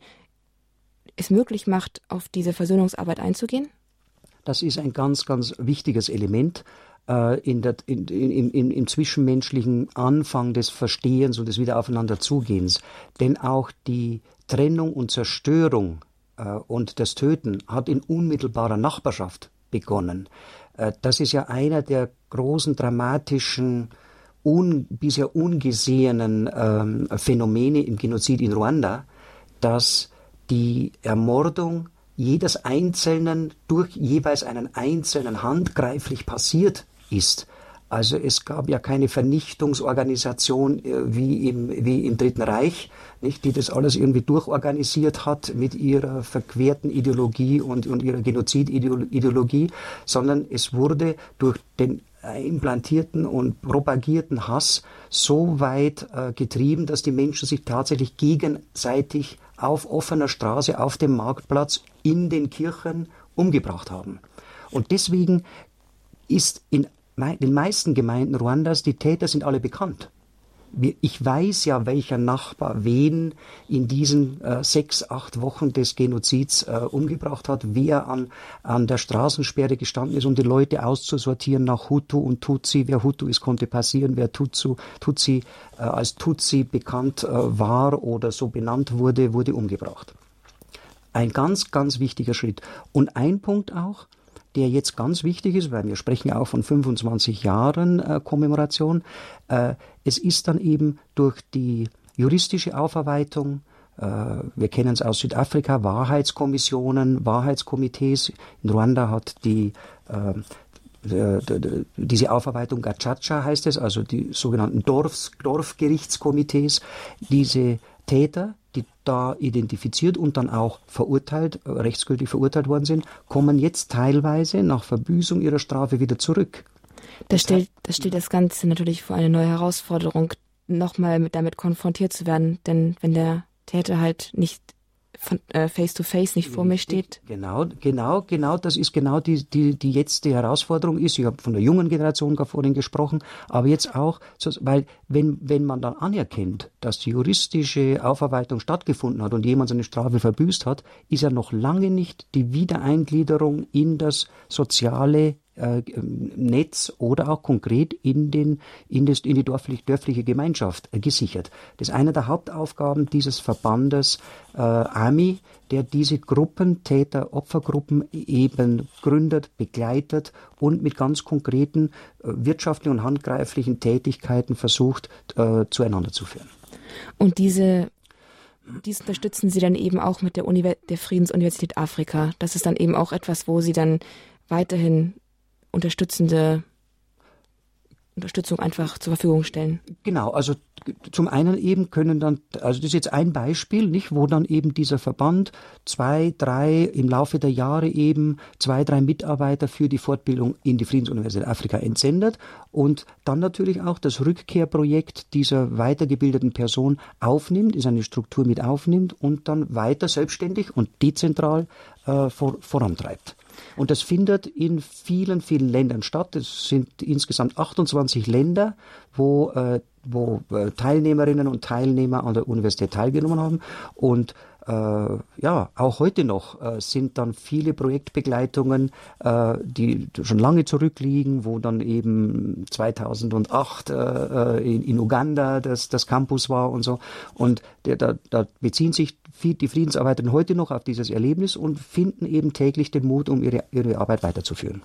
es möglich macht, auf diese Versöhnungsarbeit einzugehen? Das ist ein ganz, ganz wichtiges Element äh, in der, in, in, in, im zwischenmenschlichen Anfang des Verstehens und des Wiederaufeinanderzugehens. Denn auch die Trennung und Zerstörung äh, und das Töten hat in unmittelbarer Nachbarschaft begonnen. Äh, das ist ja einer der großen dramatischen, un, bisher ungesehenen ähm, Phänomene im Genozid in Ruanda, dass die Ermordung jedes Einzelnen durch jeweils einen Einzelnen handgreiflich passiert ist. Also es gab ja keine Vernichtungsorganisation äh, wie, im, wie im Dritten Reich, nicht, die das alles irgendwie durchorganisiert hat mit ihrer verquerten Ideologie und, und ihrer Genozidideologie, sondern es wurde durch den implantierten und propagierten Hass so weit äh, getrieben, dass die Menschen sich tatsächlich gegenseitig auf offener Straße, auf dem Marktplatz, in den Kirchen umgebracht haben. Und deswegen ist in den meisten Gemeinden Ruandas, die Täter sind alle bekannt. Ich weiß ja, welcher Nachbar wen in diesen äh, sechs, acht Wochen des Genozids äh, umgebracht hat, wer an, an der Straßensperre gestanden ist, um die Leute auszusortieren nach Hutu und Tutsi. Wer Hutu ist, konnte passieren. Wer Tutsu, Tutsi äh, als Tutsi bekannt äh, war oder so benannt wurde, wurde umgebracht. Ein ganz, ganz wichtiger Schritt. Und ein Punkt auch, der jetzt ganz wichtig ist, weil wir sprechen ja auch von fünfundzwanzig Jahren äh, Kommemoration. Äh, es ist dann eben durch die juristische Aufarbeitung, äh, wir kennen es aus Südafrika, Wahrheitskommissionen, Wahrheitskomitees. In Ruanda hat die äh, diese Aufarbeitung Gacaca heißt es, also die sogenannten Dorfs, Dorfgerichtskomitees, diese Täter, die da identifiziert und dann auch verurteilt, rechtsgültig verurteilt worden sind, kommen jetzt teilweise nach Verbüßung ihrer Strafe wieder zurück. Das stellt, das stellt das Ganze natürlich vor eine neue Herausforderung, nochmal mit, damit konfrontiert zu werden. Denn wenn der Täter halt nicht von, äh, face to face nicht vor mir steht. Genau, genau, genau, das ist genau die, die, die jetzt die Herausforderung ist. Ich habe von der jungen Generation gar vorhin gesprochen, aber jetzt auch, weil wenn, wenn man dann anerkennt, dass die juristische Aufarbeitung stattgefunden hat und jemand seine Strafe verbüßt hat, ist ja noch lange nicht die Wiedereingliederung in das soziale äh, Netz oder auch konkret in, den, in, das, in die dörflich, dörfliche Gemeinschaft äh, gesichert. Das ist eine der Hauptaufgaben dieses Verbandes äh, Army, der diese Gruppen, Täter, Opfergruppen eben gründet, begleitet und mit ganz konkreten äh, wirtschaftlichen und handgreiflichen Tätigkeiten versucht, äh, zueinander zu führen. Und diese Dies unterstützen Sie dann eben auch mit der, Univers- der Friedensuniversität Afrika. Das ist dann eben auch etwas, wo Sie dann weiterhin unterstützende Unterstützung einfach zur Verfügung stellen. Genau, also zum einen eben können dann, also das ist jetzt ein Beispiel, nicht, wo dann eben dieser Verband zwei, drei, im Laufe der Jahre eben zwei, drei Mitarbeiter für die Fortbildung in die Friedensuniversität Afrika entsendet und dann natürlich auch das Rückkehrprojekt dieser weitergebildeten Person aufnimmt, in seine Struktur mit aufnimmt und dann weiter selbstständig und dezentral äh, vor, vorantreibt. Und das findet in vielen, vielen Ländern statt. Es sind insgesamt achtundzwanzig Länder, wo, äh, wo äh, Teilnehmerinnen und Teilnehmer an der Universität teilgenommen haben. Und äh, ja, auch heute noch äh, sind dann viele Projektbegleitungen, äh, die schon lange zurückliegen, wo dann eben zweitausendacht äh, in, in Uganda das, das Campus war und so. Und der, da, da beziehen sich die Friedensarbeiterinnen heute noch auf dieses Erlebnis und finden eben täglich den Mut, um ihre, ihre Arbeit weiterzuführen.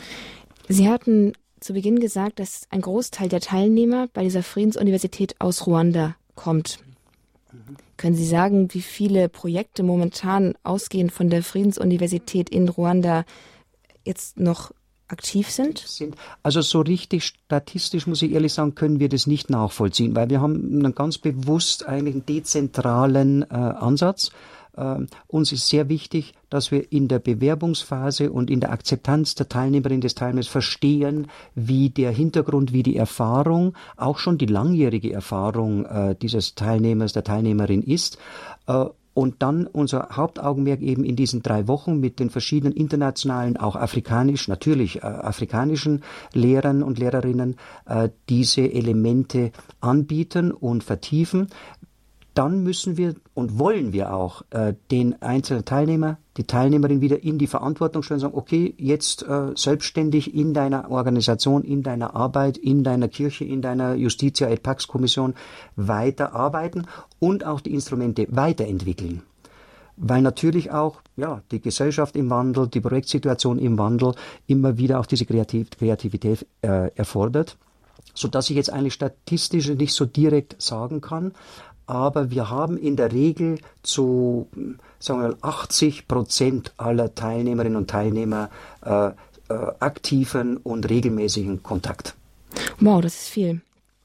Sie hatten zu Beginn gesagt, dass ein Großteil der Teilnehmer bei dieser Friedensuniversität aus Ruanda kommt. Mhm. Können Sie sagen, wie viele Projekte momentan ausgehend von der Friedensuniversität in Ruanda jetzt noch aktiv sind? sind? Also so richtig statistisch, muss ich ehrlich sagen, können wir das nicht nachvollziehen, weil wir haben einen ganz bewusst eigentlich einen dezentralen äh, Ansatz. Uh, uns ist sehr wichtig, dass wir in der Bewerbungsphase und in der Akzeptanz der Teilnehmerinnen des Teilnehmers verstehen, wie der Hintergrund, wie die Erfahrung, auch schon die langjährige Erfahrung uh, dieses Teilnehmers, der Teilnehmerin ist. Uh, Und dann unser Hauptaugenmerk eben in diesen drei Wochen mit den verschiedenen internationalen, auch afrikanisch, natürlich äh, afrikanischen Lehrern und Lehrerinnen äh, diese Elemente anbieten und vertiefen. Dann müssen wir und wollen wir auch äh, den einzelnen Teilnehmer, die Teilnehmerin wieder in die Verantwortung stellen und sagen, okay, jetzt äh, selbstständig in deiner Organisation, in deiner Arbeit, in deiner Kirche, in deiner Justitia et Pax Kommission weiterarbeiten und auch die Instrumente weiterentwickeln. Weil natürlich auch ja, die Gesellschaft im Wandel, die Projektsituation im Wandel immer wieder auch diese Kreativ- Kreativität äh, erfordert, sodass ich jetzt eigentlich statistisch nicht so direkt sagen kann. Aber wir haben in der Regel zu sagen wir mal, achtzig Prozent aller Teilnehmerinnen und Teilnehmer äh, äh, aktiven und regelmäßigen Kontakt. Wow, das ist viel.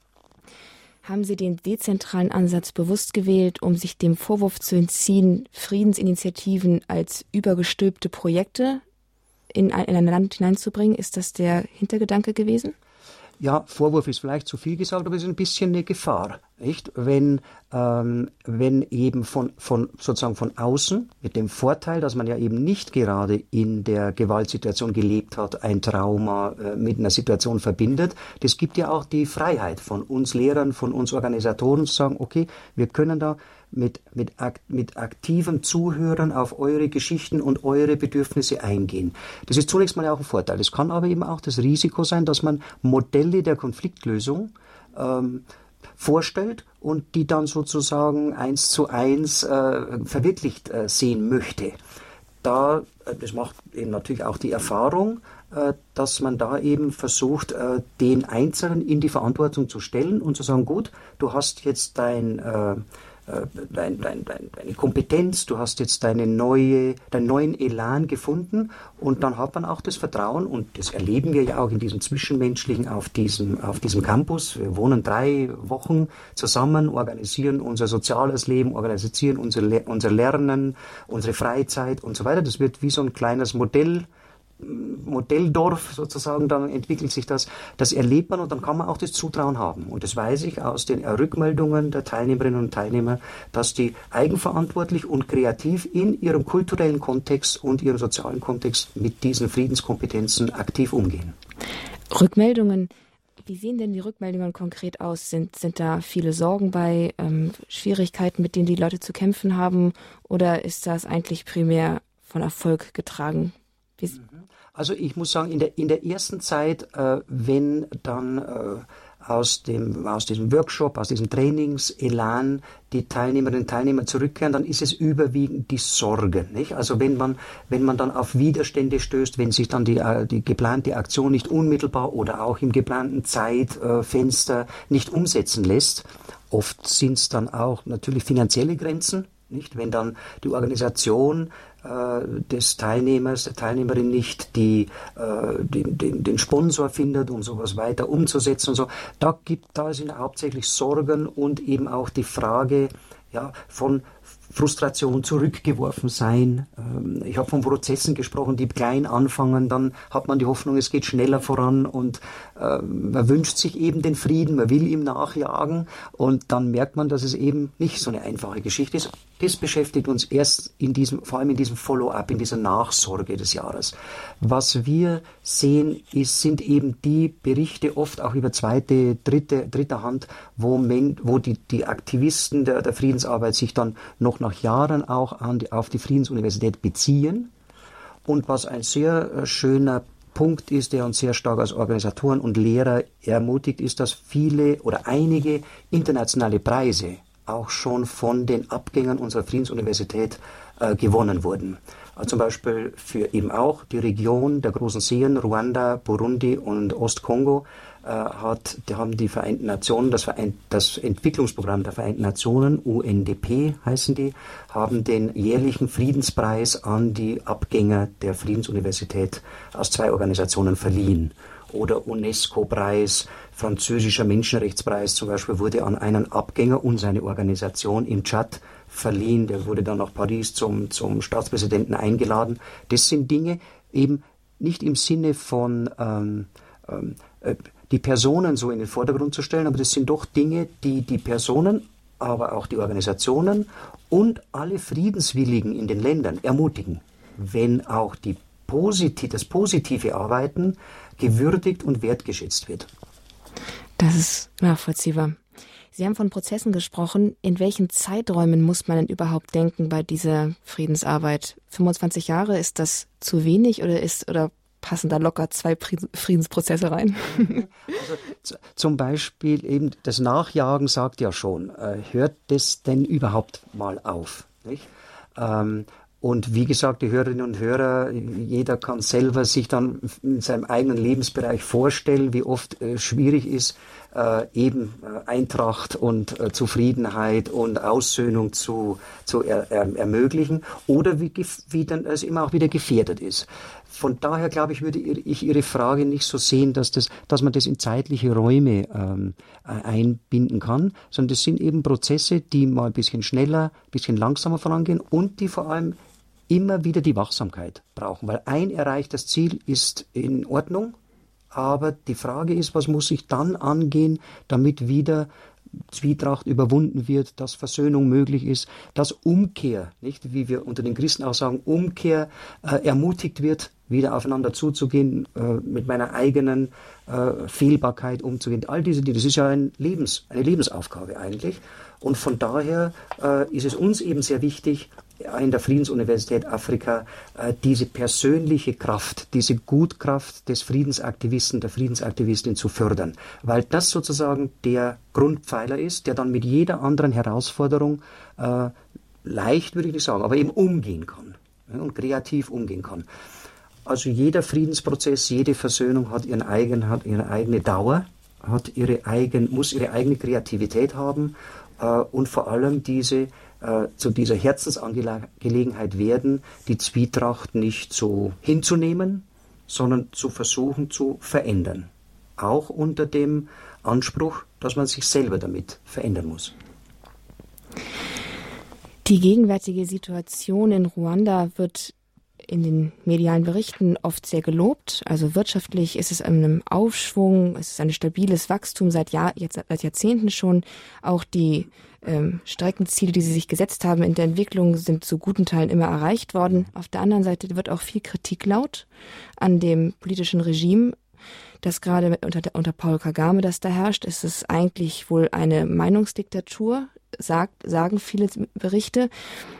Haben Sie den dezentralen Ansatz bewusst gewählt, um sich dem Vorwurf zu entziehen, Friedensinitiativen als übergestülpte Projekte in ein, in ein Land hineinzubringen? Ist das der Hintergedanke gewesen? Ja, Vorwurf ist vielleicht zu viel gesagt, aber es ist ein bisschen eine Gefahr, nicht? Wenn, ähm, wenn eben von, von, sozusagen von außen, mit dem Vorteil, dass man ja eben nicht gerade in der Gewaltsituation gelebt hat, ein Trauma äh, mit einer Situation verbindet. Das gibt ja auch die Freiheit von uns Lehrern, von uns Organisatoren zu sagen, okay, wir können da mit, mit, mit aktivem Zuhören auf eure Geschichten und eure Bedürfnisse eingehen. Das ist zunächst mal auch ein Vorteil. Es kann aber eben auch das Risiko sein, dass man Modelle der Konfliktlösung ähm, vorstellt und die dann sozusagen eins zu eins äh, verwirklicht äh, sehen möchte. Da, das macht eben natürlich auch die Erfahrung, äh, dass man da eben versucht, äh, den Einzelnen in die Verantwortung zu stellen und zu sagen, gut, du hast jetzt dein äh, Dein, dein, dein, deine Kompetenz, du hast jetzt deine neue, deinen neuen Elan gefunden und dann hat man auch das Vertrauen und das erleben wir ja auch in diesem Zwischenmenschlichen auf diesem, auf diesem Campus. Wir wohnen drei Wochen zusammen, organisieren unser soziales Leben, organisieren unser, unser Lernen, unsere Freizeit und so weiter. Das wird wie so ein kleines Modell, Modelldorf sozusagen, dann entwickelt sich das, das erlebt man und dann kann man auch das Zutrauen haben. Und das weiß ich aus den Rückmeldungen der Teilnehmerinnen und Teilnehmer, dass die eigenverantwortlich und kreativ in ihrem kulturellen Kontext und ihrem sozialen Kontext mit diesen Friedenskompetenzen aktiv umgehen. Rückmeldungen, wie sehen denn die Rückmeldungen konkret aus? Sind, sind da viele Sorgen bei, ähm, Schwierigkeiten, mit denen die Leute zu kämpfen haben, oder ist das eigentlich primär von Erfolg getragen? Wie Also ich muss sagen, in der, in der ersten Zeit, äh, wenn dann äh, aus dem, aus diesem Workshop, aus diesem Trainingselan die Teilnehmerinnen und Teilnehmer zurückkehren, dann ist es überwiegend die Sorge, nicht? Also wenn man, wenn man dann auf Widerstände stößt, wenn sich dann die, die geplante Aktion nicht unmittelbar oder auch im geplanten Zeitfenster nicht umsetzen lässt, oft sind es dann auch natürlich finanzielle Grenzen, nicht? Wenn dann die Organisation des Teilnehmers, der Teilnehmerin nicht die, äh, den, den, den Sponsor findet, um sowas weiter umzusetzen und so. Da gibt, da sind hauptsächlich Sorgen und eben auch die Frage, ja, von Frustration, zurückgeworfen sein. Ich habe von Prozessen gesprochen, die klein anfangen, dann hat man die Hoffnung, es geht schneller voran und äh, man wünscht sich eben den Frieden, man will ihm nachjagen und dann merkt man, dass es eben nicht so eine einfache Geschichte ist. Das beschäftigt uns erst in diesem, vor allem in diesem Follow-up, in dieser Nachsorge des Jahres. Was wir sehen, ist, sind eben die Berichte oft auch über zweite, dritte, dritte Hand, wo, men, wo die, die Aktivisten der, der Friedensarbeit sich dann noch nach Jahren auch an die, auf die Friedensuniversität beziehen. Und was ein sehr äh, schöner Punkt ist, der uns sehr stark als Organisatoren und Lehrer ermutigt, ist, dass viele oder einige internationale Preise auch schon von den Abgängern unserer Friedensuniversität äh, gewonnen wurden. Zum Beispiel für eben auch die Region der großen Seen, Ruanda, Burundi und Ostkongo, äh, hat, die haben die Vereinten Nationen, das, Vereint, das Entwicklungsprogramm der Vereinten Nationen, U N D P heißen die, haben den jährlichen Friedenspreis an die Abgänger der Friedensuniversität aus zwei Organisationen verliehen. Oder UNESCO-Preis, französischer Menschenrechtspreis zum Beispiel wurde an einen Abgänger und seine Organisation im Tschad verliehen. Der wurde dann nach Paris zum, zum Staatspräsidenten eingeladen. Das sind Dinge eben nicht im Sinne von ähm, äh, die Personen so in den Vordergrund zu stellen, aber das sind doch Dinge, die die Personen, aber auch die Organisationen und alle Friedenswilligen in den Ländern ermutigen, wenn auch die Posit- das positive Arbeiten gewürdigt und wertgeschätzt wird. Das ist nachvollziehbar. Sie haben von Prozessen gesprochen. In welchen Zeiträumen muss man denn überhaupt denken bei dieser Friedensarbeit? fünfundzwanzig Jahre, ist das zu wenig oder ist oder passen da locker zwei Friedensprozesse rein? Also, zum Beispiel eben das Nachjagen sagt ja schon, äh, hört das denn überhaupt mal auf? Nicht? Ähm, Und wie gesagt, die Hörerinnen und Hörer, jeder kann selber sich dann in seinem eigenen Lebensbereich vorstellen, wie oft äh, schwierig ist, äh, eben äh, Eintracht und äh, Zufriedenheit und Aussöhnung zu, zu er, er, ermöglichen oder wie, wie dann es immer auch wieder gefährdet ist. Von daher, glaube ich, würde ich Ihre Frage nicht so sehen, dass, das, dass man das in zeitliche Räume ähm, einbinden kann, sondern das sind eben Prozesse, die mal ein bisschen schneller, ein bisschen langsamer vorangehen und die vor allem immer wieder die Wachsamkeit brauchen, weil ein erreichtes Ziel ist in Ordnung, aber die Frage ist, was muss ich dann angehen, damit wieder Zwietracht überwunden wird, dass Versöhnung möglich ist, dass Umkehr, nicht, wie wir unter den Christen auch sagen, Umkehr äh, ermutigt wird, wieder aufeinander zuzugehen, äh, mit meiner eigenen äh, Fehlbarkeit umzugehen. All diese Dinge, das ist ja ein Lebens, eine Lebensaufgabe eigentlich. Und von daher äh, ist es uns eben sehr wichtig, in der Friedensuniversität Afrika äh, diese persönliche Kraft, diese Gutkraft des Friedensaktivisten, der Friedensaktivistin zu fördern, weil das sozusagen der Grundpfeiler ist, der dann mit jeder anderen Herausforderung äh, leicht, würde ich nicht sagen, aber eben umgehen kann, ja, und kreativ umgehen kann. Also jeder Friedensprozess, jede Versöhnung hat ihren eigenen, hat ihre eigene Dauer, hat ihre eigen, muss ihre eigene Kreativität haben äh, und vor allem diese äh, zu dieser Herzensangelegenheit werden, die Zwietracht nicht so hinzunehmen, sondern zu versuchen zu verändern. Auch unter dem Anspruch, dass man sich selber damit verändern muss. Die gegenwärtige Situation in Ruanda wird in den medialen Berichten oft sehr gelobt. Also wirtschaftlich ist es in einem Aufschwung, es ist ein stabiles Wachstum seit, Jahr, jetzt, seit Jahrzehnten schon. Auch die ähm, Streckenziele, die sie sich gesetzt haben in der Entwicklung, sind zu guten Teilen immer erreicht worden. Auf der anderen Seite wird auch viel Kritik laut an dem politischen Regime, das gerade unter, unter Paul Kagame, das da herrscht. Es ist eigentlich wohl eine Meinungsdiktatur, sagt, sagen viele Berichte.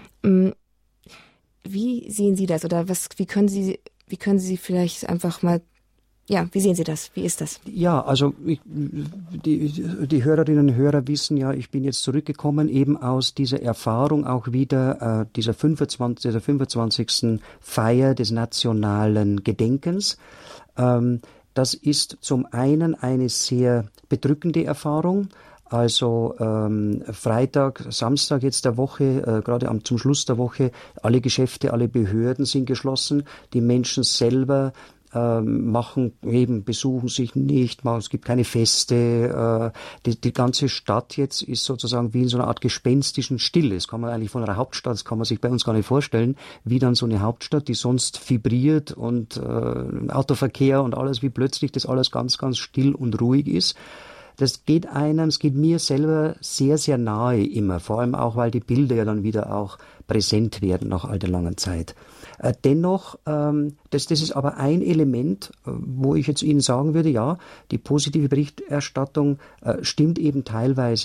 Wie sehen Sie das oder was? Wie können Sie, wie können Sie vielleicht einfach mal, ja, wie sehen Sie das? Wie ist das? Ja, also ich, die, die Hörerinnen und Hörer wissen ja, ich bin jetzt zurückgekommen eben aus dieser Erfahrung auch wieder äh, dieser fünfundzwanzigsten dieser fünfundzwanzigsten Feier des nationalen Gedenkens. Ähm, das ist zum einen eine sehr bedrückende Erfahrung. Also ähm, Freitag, Samstag jetzt der Woche, äh, gerade am, zum Schluss der Woche, alle Geschäfte, alle Behörden sind geschlossen. Die Menschen selber ähm, machen eben, besuchen sich nicht, machen, es gibt keine Feste. Äh, die, die ganze Stadt jetzt ist sozusagen wie in so einer Art gespenstischen Stille. Das kann man eigentlich von einer Hauptstadt, das kann man sich bei uns gar nicht vorstellen, wie dann so eine Hauptstadt, die sonst vibriert und äh, Autoverkehr und alles, wie plötzlich das alles ganz, ganz still und ruhig ist. Das geht einem, es geht mir selber sehr, sehr nahe immer, vor allem auch, weil die Bilder ja dann wieder auch präsent werden nach all der langen Zeit. Äh, dennoch, ähm, das, das ist aber ein Element, äh, wo ich jetzt Ihnen sagen würde, ja, die positive Berichterstattung äh, stimmt eben teilweise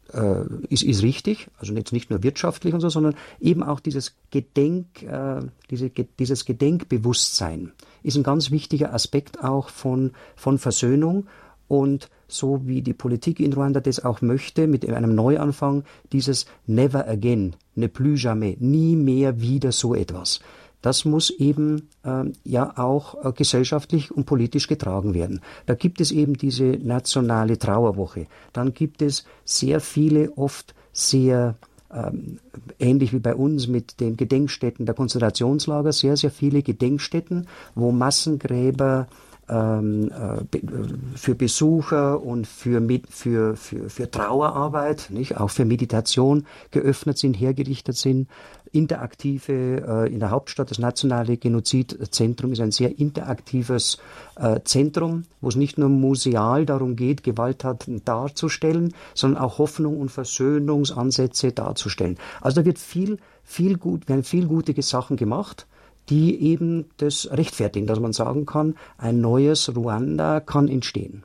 äh, ist, ist richtig, also jetzt nicht nur wirtschaftlich und so, sondern eben auch dieses Gedenk, äh, diese, ge, dieses Gedenkbewusstsein ist ein ganz wichtiger Aspekt auch von, von Versöhnung. Und so wie die Politik in Ruanda das auch möchte, mit einem Neuanfang, dieses Never again, ne plus jamais, nie mehr wieder so etwas. Das muss eben äh, ja auch äh, gesellschaftlich und politisch getragen werden. Da gibt es eben diese nationale Trauerwoche. Dann gibt es sehr viele, oft sehr ähm, ähnlich wie bei uns mit den Gedenkstätten der Konzentrationslager, sehr, sehr viele Gedenkstätten, wo Massengräber ähm, äh, für Besucher und für, für, für, für Trauerarbeit, nicht, auch für Meditation geöffnet sind, hergerichtet sind. Interaktive, äh, in der Hauptstadt, das Nationale Genozidzentrum ist ein sehr interaktives äh, Zentrum, wo es nicht nur museal darum geht, Gewalttaten darzustellen, sondern auch Hoffnung und Versöhnungsansätze darzustellen. Also da wird viel, viel gut, werden viel gute Sachen gemacht, die eben das rechtfertigen, dass man sagen kann, ein neues Ruanda kann entstehen.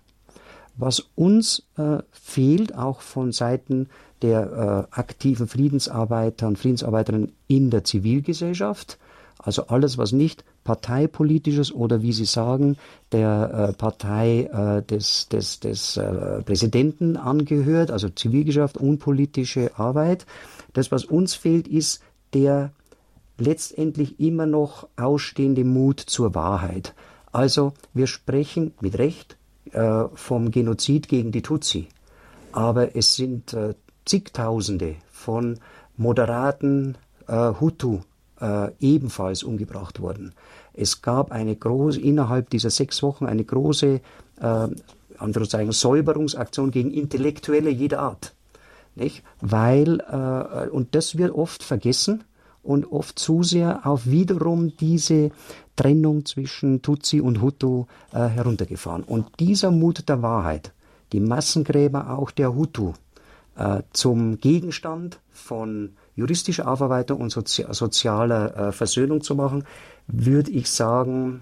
Was uns äh, fehlt, auch von Seiten der äh, aktiven Friedensarbeiter und Friedensarbeiterinnen in der Zivilgesellschaft, also alles, was nicht parteipolitisches oder, wie Sie sagen, der äh, Partei äh, des, des, des äh, Präsidenten angehört, also Zivilgesellschaft, unpolitische Arbeit. Das, was uns fehlt, ist der letztendlich immer noch ausstehende Mut zur Wahrheit. Also wir sprechen mit Recht äh, vom Genozid gegen die Tutsi, aber es sind äh, zigtausende von moderaten äh, Hutu äh, ebenfalls umgebracht worden. Es gab eine große, innerhalb dieser sechs Wochen eine große äh, Anführungszeichen Säuberungsaktion gegen Intellektuelle jeder Art. Nicht? Weil, äh, und das wird oft vergessen und oft zu sehr auf wiederum diese Trennung zwischen Tutsi und Hutu äh, heruntergefahren. Und dieser Mut der Wahrheit, die Massengräber auch der Hutu, äh, zum Gegenstand von juristischer Aufarbeitung und sozi sozialer äh, Versöhnung zu machen, würde ich sagen,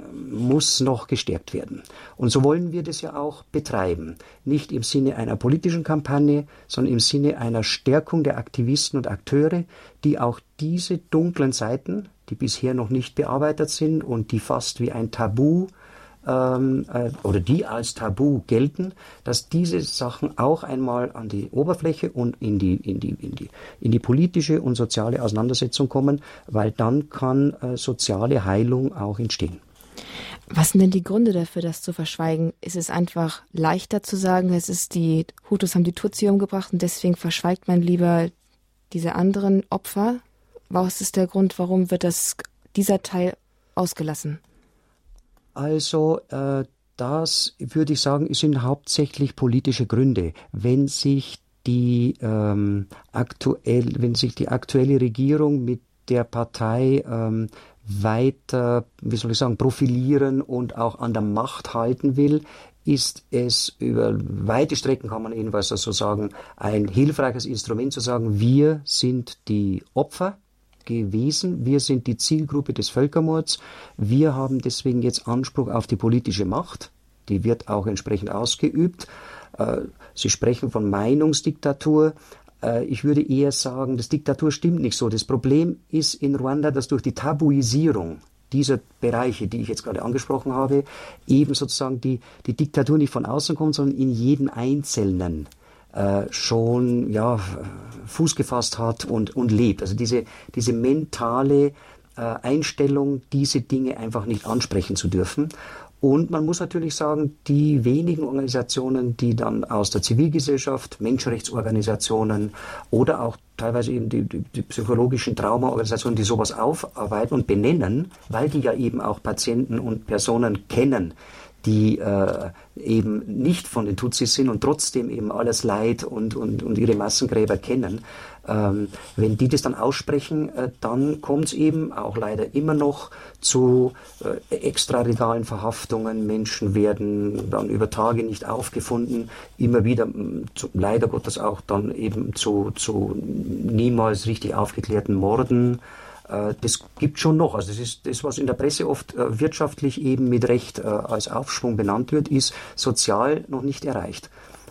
muss noch gestärkt werden. Und so wollen wir das ja auch betreiben. Nicht im Sinne einer politischen Kampagne, sondern im Sinne einer Stärkung der Aktivisten und Akteure, die auch diese dunklen Seiten, die bisher noch nicht bearbeitet sind und die fast wie ein Tabu ähm, äh, oder die als Tabu gelten, dass diese Sachen auch einmal an die Oberfläche und in die, in die, in die, in die politische und soziale Auseinandersetzung kommen, weil dann kann äh, soziale Heilung auch entstehen. Was sind denn die Gründe dafür, das zu verschweigen? Ist es einfach leichter zu sagen, es ist die Hutus haben die Tutsi umgebracht und deswegen verschweigt man lieber diese anderen Opfer? Was ist der Grund, warum wird das, dieser Teil ausgelassen? Also äh, das würde ich sagen, sind hauptsächlich politische Gründe. Wenn sich die ähm, aktuell, wenn sich die aktuelle Regierung mit der Partei ähm, weiter, wie soll ich sagen, profilieren und auch an der Macht halten will, ist es über weite Strecken, kann man jedenfalls so sagen, ein hilfreiches Instrument zu sagen, wir sind die Opfer gewesen, wir sind die Zielgruppe des Völkermords, wir haben deswegen jetzt Anspruch auf die politische Macht, die wird auch entsprechend ausgeübt. Sie sprechen von Meinungsdiktatur. Ich würde eher sagen, das Diktatur stimmt nicht so. Das Problem ist in Ruanda, dass durch die Tabuisierung dieser Bereiche, die ich jetzt gerade angesprochen habe, eben sozusagen die, die Diktatur nicht von außen kommt, sondern in jedem Einzelnen äh, schon ja, Fuß gefasst hat und, und lebt. Also diese, diese mentale äh, Einstellung, diese Dinge einfach nicht ansprechen zu dürfen. Und man muss natürlich sagen, die wenigen Organisationen, die dann aus der Zivilgesellschaft, Menschenrechtsorganisationen oder auch teilweise eben die, die, die psychologischen Traumaorganisationen, die sowas aufarbeiten und benennen, weil die ja eben auch Patienten und Personen kennen, die äh, eben nicht von den Tutsis sind und trotzdem eben alles Leid und, und, und ihre Massengräber kennen. Ähm, wenn die das dann aussprechen, äh, dann kommt es eben auch leider immer noch zu äh, extralegalen Verhaftungen. Menschen werden dann über Tage nicht aufgefunden, immer wieder zu, leider Gottes auch dann eben zu, zu niemals richtig aufgeklärten Morden. Das gibt schon noch. Also das ist das, was in der Presse oft äh, wirtschaftlich eben mit Recht äh, als Aufschwung benannt wird, ist sozial noch nicht erreicht.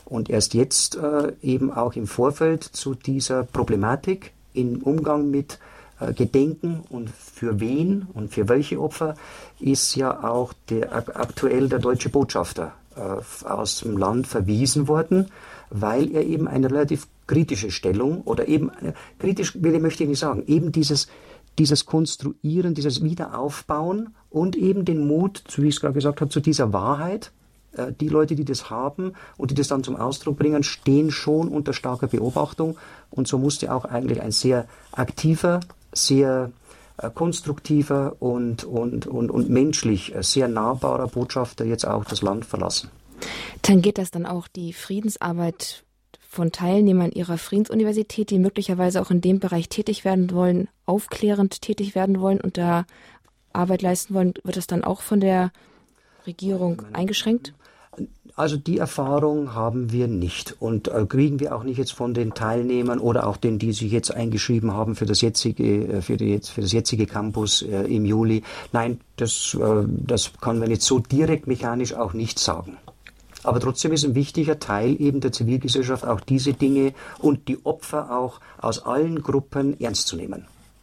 Und erst jetzt äh, eben auch im Vorfeld zu dieser Problematik im Umgang mit äh, Gedenken und für wen und für welche Opfer ist ja auch der, aktuell der deutsche Botschafter äh, aus dem Land verwiesen worden, weil er eben eine relativ kritische Stellung oder eben, äh, kritisch möchte ich nicht sagen, eben dieses, dieses Konstruieren, dieses Wiederaufbauen und eben den Mut, so wie ich es gerade gesagt habe, zu dieser Wahrheit. Die Leute, die das haben und die das dann zum Ausdruck bringen, stehen schon unter starker Beobachtung. Und so musste auch eigentlich ein sehr aktiver, sehr äh, konstruktiver und, und, und, und menschlich äh, sehr nahbarer Botschafter jetzt auch das Land verlassen. Tangiert das dann auch die Friedensarbeit von Teilnehmern Ihrer Friedensuniversität, die möglicherweise auch in dem Bereich tätig werden wollen, aufklärend tätig werden wollen und da Arbeit leisten wollen? Wird das dann auch von der Regierung eingeschränkt? Also die Erfahrung haben wir nicht und äh, kriegen wir auch nicht jetzt von den Teilnehmern oder auch den, die sich jetzt eingeschrieben haben für das jetzige, äh, für, die, für das jetzige Campus äh, im Juli. Nein, das, äh, das kann man jetzt so direkt mechanisch auch nicht sagen. Aber trotzdem ist ein wichtiger Teil eben der Zivilgesellschaft auch diese Dinge und die Opfer auch aus allen Gruppen ernst zu nehmen.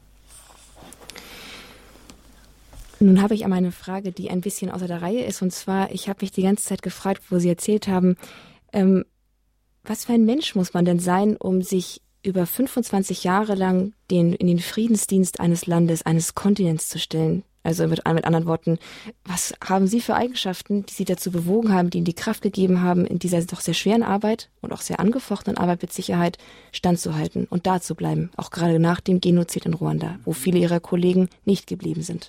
Nun habe ich einmal eine Frage, die ein bisschen außer der Reihe ist. Und zwar, ich habe mich die ganze Zeit gefragt, wo Sie erzählt haben, ähm, was für ein Mensch muss man denn sein, um sich über fünfundzwanzig Jahre lang den, in den Friedensdienst eines Landes, eines Kontinents zu stellen? Also mit, mit anderen Worten, was haben Sie für Eigenschaften, die Sie dazu bewogen haben, die Ihnen die Kraft gegeben haben, in dieser doch sehr schweren Arbeit und auch sehr angefochtenen Arbeit mit Sicherheit standzuhalten und da zu bleiben, auch gerade nach dem Genozid in Ruanda, wo viele Ihrer Kollegen nicht geblieben sind?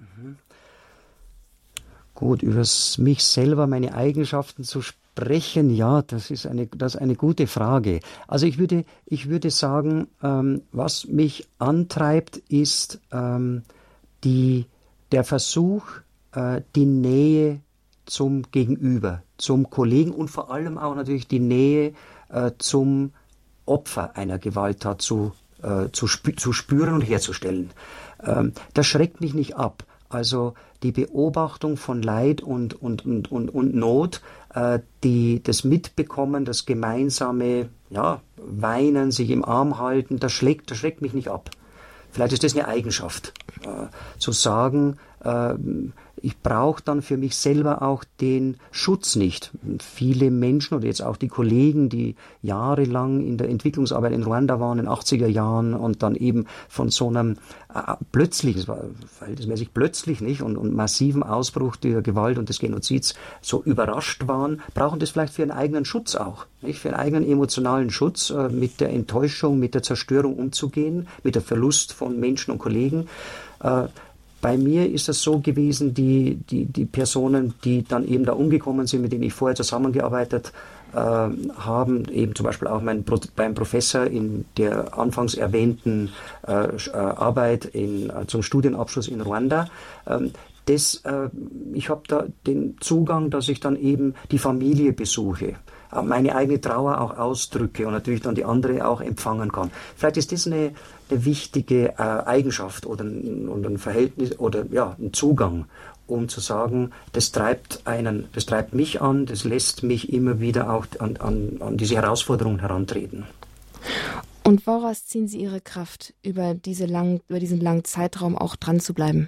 Gut, über mich selber, meine Eigenschaften zu sprechen, ja, das ist eine, das ist eine gute Frage. Also ich würde, ich würde sagen, ähm, was mich antreibt, ist ähm, die, der Versuch, äh, die Nähe zum Gegenüber, zum Kollegen und vor allem auch natürlich die Nähe äh, zum Opfer einer Gewalttat zu, äh, zu, spü- zu spüren und herzustellen. Ähm, das schreckt mich nicht ab. Also die Beobachtung von Leid und, und, und, und, und Not, äh, die, das Mitbekommen, das gemeinsame ja, Weinen, sich im Arm halten, das schlägt, das schreckt mich nicht ab. Vielleicht ist das eine Eigenschaft, äh, zu sagen, äh, ich brauche dann für mich selber auch den Schutz nicht. Viele Menschen oder jetzt auch die Kollegen, die jahrelang in der Entwicklungsarbeit in Ruanda waren, in den achtziger Jahren und dann eben von so einem äh, plötzlich, es war verhältnismäßig plötzlich nicht, und, und massiven Ausbruch der Gewalt und des Genozids so überrascht waren, brauchen das vielleicht für einen eigenen Schutz auch, nicht? Für einen eigenen emotionalen Schutz, äh, mit der Enttäuschung, mit der Zerstörung umzugehen, mit der Verlust von Menschen und Kollegen. Äh, Bei mir ist es so gewesen, die, die, die Personen, die dann eben da umgekommen sind, mit denen ich vorher zusammengearbeitet äh, haben, eben zum Beispiel auch mein Pro, beim Professor in der anfangs erwähnten äh, Arbeit in, äh, zum Studienabschluss in Ruanda, äh, das, äh, ich habe da den Zugang, dass ich dann eben die Familie besuche, meine eigene Trauer auch ausdrücke und natürlich dann die andere auch empfangen kann. Vielleicht ist das eine, eine wichtige äh, Eigenschaft oder ein, oder ein Verhältnis oder ja, ein Zugang, um zu sagen, das treibt einen, das treibt mich an, das lässt mich immer wieder auch an, an, an diese Herausforderungen herantreten. Und woraus ziehen Sie Ihre Kraft, über, diese lang, über diesen langen Zeitraum auch dran zu bleiben?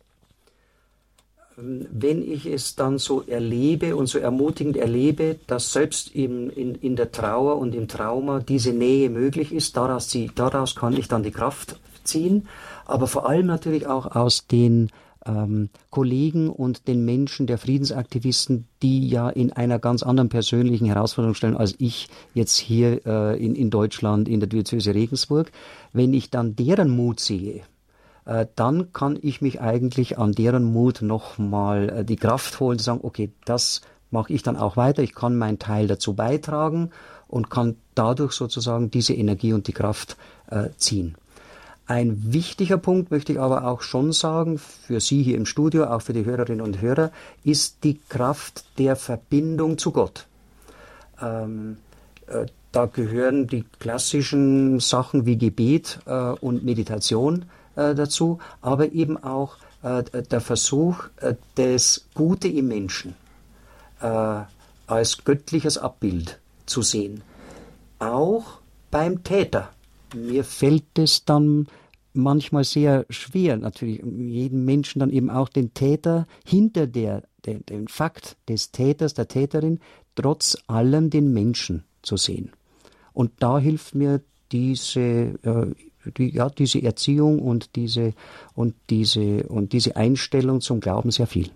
Wenn ich es dann so erlebe und so ermutigend erlebe, dass selbst in, in, in der Trauer und im Trauma diese Nähe möglich ist, daraus, die, daraus kann ich dann die Kraft ziehen, aber vor allem natürlich auch aus den ähm, Kollegen und den Menschen der Friedensaktivisten, die ja in einer ganz anderen persönlichen Herausforderung stellen, als ich jetzt hier äh, in, in Deutschland in der Diözese Regensburg. Wenn ich dann deren Mut sehe, dann kann ich mich eigentlich an deren Mut nochmal die Kraft holen, zu sagen, okay, das mache ich dann auch weiter, ich kann meinen Teil dazu beitragen und kann dadurch sozusagen diese Energie und die Kraft äh, ziehen. Ein wichtiger Punkt möchte ich aber auch schon sagen, für Sie hier im Studio, auch für die Hörerinnen und Hörer, ist die Kraft der Verbindung zu Gott. Ähm, äh, da gehören die klassischen Sachen wie Gebet äh, und Meditation dazu, aber eben auch äh, der Versuch, äh, das Gute im Menschen äh, als göttliches Abbild zu sehen. Auch beim Täter. Mir fällt es dann manchmal sehr schwer, natürlich jedem Menschen dann eben auch den Täter hinter der, den, den Fakt des Täters, der Täterin, trotz allem den Menschen zu sehen. Und da hilft mir diese, äh, die, ja, diese Erziehung und diese, und, diese, und diese Einstellung zum Glauben sehr viel.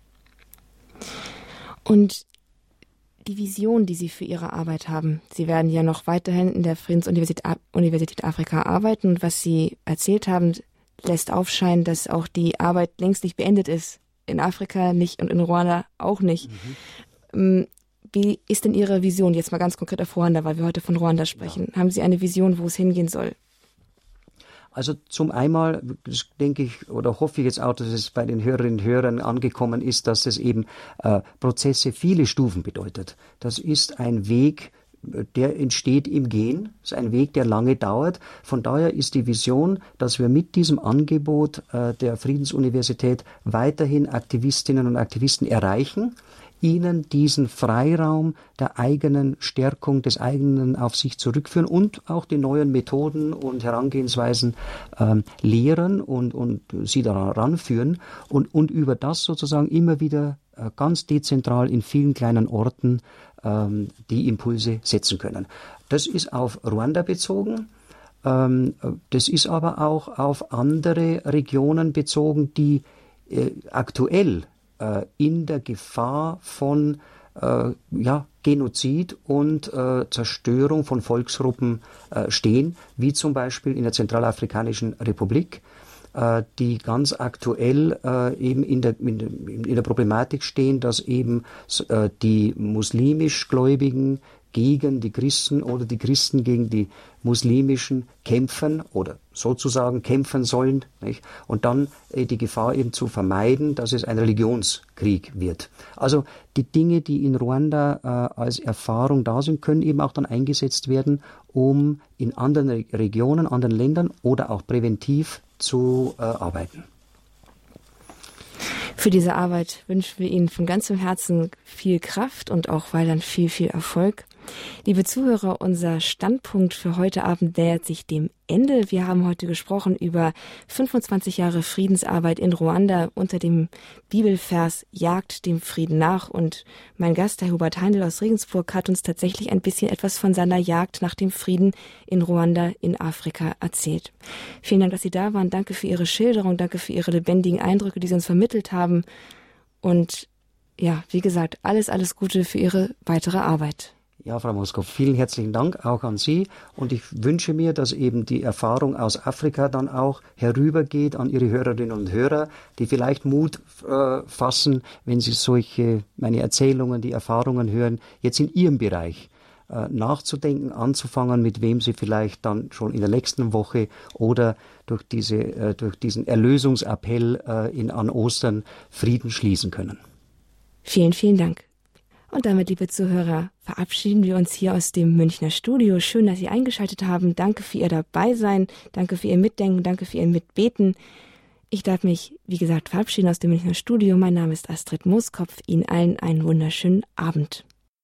Und die Vision, die Sie für Ihre Arbeit haben. Sie werden ja noch weiterhin in der Friedensuniversität Afrika arbeiten und was Sie erzählt haben, lässt aufscheinen, dass auch die Arbeit längst nicht beendet ist. In Afrika nicht und in Ruanda auch nicht. Mhm. Wie ist denn Ihre Vision, jetzt mal ganz konkret auf Ruanda, weil wir heute von Ruanda sprechen? Ja. Haben Sie eine Vision, wo es hingehen soll? Also zum einmal denke ich oder hoffe ich jetzt auch, dass es bei den Hörerinnen und Hörern angekommen ist, dass es eben äh, Prozesse viele Stufen bedeutet. Das ist ein Weg, der entsteht im Gehen. Das ist ein Weg, der lange dauert. Von daher ist die Vision, dass wir mit diesem Angebot äh, der Friedensuniversität weiterhin Aktivistinnen und Aktivisten erreichen, ihnen diesen Freiraum der eigenen Stärkung, des eigenen auf sich zurückführen und auch die neuen Methoden und Herangehensweisen ähm, lehren und, und sie daran ranführen und, und über das sozusagen immer wieder äh, ganz dezentral in vielen kleinen Orten ähm, die Impulse setzen können. Das ist auf Ruanda bezogen. Ähm, das ist aber auch auf andere Regionen bezogen, die äh, aktuell in der Gefahr von äh, ja, Genozid und äh, Zerstörung von Volksgruppen äh, stehen, wie zum Beispiel in der Zentralafrikanischen Republik, äh, die ganz aktuell äh, eben in der, in, der, in der Problematik stehen, dass eben äh, die muslimisch Gläubigen gegen die Christen oder die Christen gegen die Muslimischen kämpfen oder sozusagen kämpfen sollen, nicht? Und dann äh, die Gefahr eben zu vermeiden, dass es ein Religionskrieg wird. Also die Dinge, die in Ruanda äh, als Erfahrung da sind, können eben auch dann eingesetzt werden, um in anderen Re- Regionen, anderen Ländern oder auch präventiv zu äh, arbeiten. Für diese Arbeit wünschen wir Ihnen von ganzem Herzen viel Kraft und auch weiterhin viel, viel Erfolg. Liebe Zuhörer, unser Standpunkt für heute Abend nähert sich dem Ende. Wir haben heute gesprochen über fünfundzwanzig Jahre Friedensarbeit in Ruanda unter dem Bibelvers Jagt dem Frieden nach. Und mein Gast, Herr Hubert Heindl aus Regensburg, hat uns tatsächlich ein bisschen etwas von seiner Jagd nach dem Frieden in Ruanda in Afrika erzählt. Vielen Dank, dass Sie da waren. Danke für Ihre Schilderung. Danke für Ihre lebendigen Eindrücke, die Sie uns vermittelt haben. Und ja, wie gesagt, alles, alles Gute für Ihre weitere Arbeit. Ja, Frau Moskow, vielen herzlichen Dank auch an Sie und ich wünsche mir, dass eben die Erfahrung aus Afrika dann auch herübergeht an Ihre Hörerinnen und Hörer, die vielleicht Mut äh, fassen, wenn sie solche, meine Erzählungen, die Erfahrungen hören, jetzt in Ihrem Bereich äh, nachzudenken, anzufangen, mit wem Sie vielleicht dann schon in der nächsten Woche oder durch, diese, äh, durch diesen Erlösungsappell äh, in, an Ostern Frieden schließen können. Vielen, vielen Dank. Und damit, liebe Zuhörer, verabschieden wir uns hier aus dem Münchner Studio. Schön, dass Sie eingeschaltet haben. Danke für Ihr Dabeisein. Danke für Ihr Mitdenken. Danke für Ihr Mitbeten. Ich darf mich, wie gesagt, verabschieden aus dem Münchner Studio. Mein Name ist Astrid Mooskopf. Ihnen allen einen wunderschönen Abend.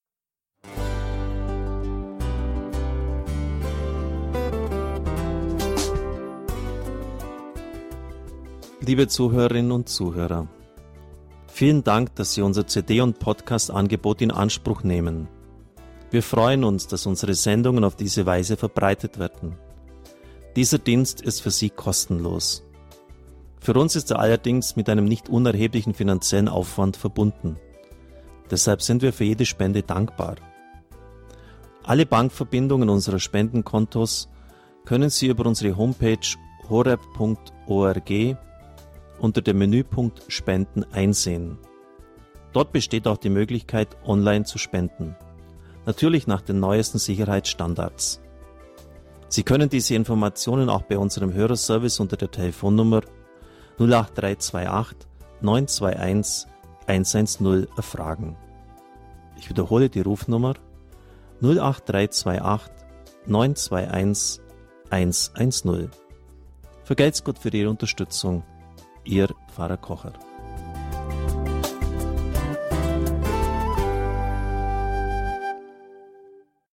Liebe Zuhörerinnen und Zuhörer, vielen Dank, dass Sie unser C D- und Podcast-Angebot in Anspruch nehmen. Wir freuen uns, dass unsere Sendungen auf diese Weise verbreitet werden. Dieser Dienst ist für Sie kostenlos. Für uns ist er allerdings mit einem nicht unerheblichen finanziellen Aufwand verbunden. Deshalb sind wir für jede Spende dankbar. Alle Bankverbindungen unserer Spendenkontos können Sie über unsere Homepage horeb punkt org unter dem Menüpunkt Spenden einsehen. Dort besteht auch die Möglichkeit, online zu spenden. Natürlich nach den neuesten Sicherheitsstandards. Sie können diese Informationen auch bei unserem Hörerservice unter der Telefonnummer null acht drei zwei acht neun zwei eins eins eins null erfragen. Ich wiederhole die Rufnummer null acht drei zwei acht neun zwei eins eins eins null. Vergelt's Gott für Ihre Unterstützung. Ihr Pfarrer Kocher.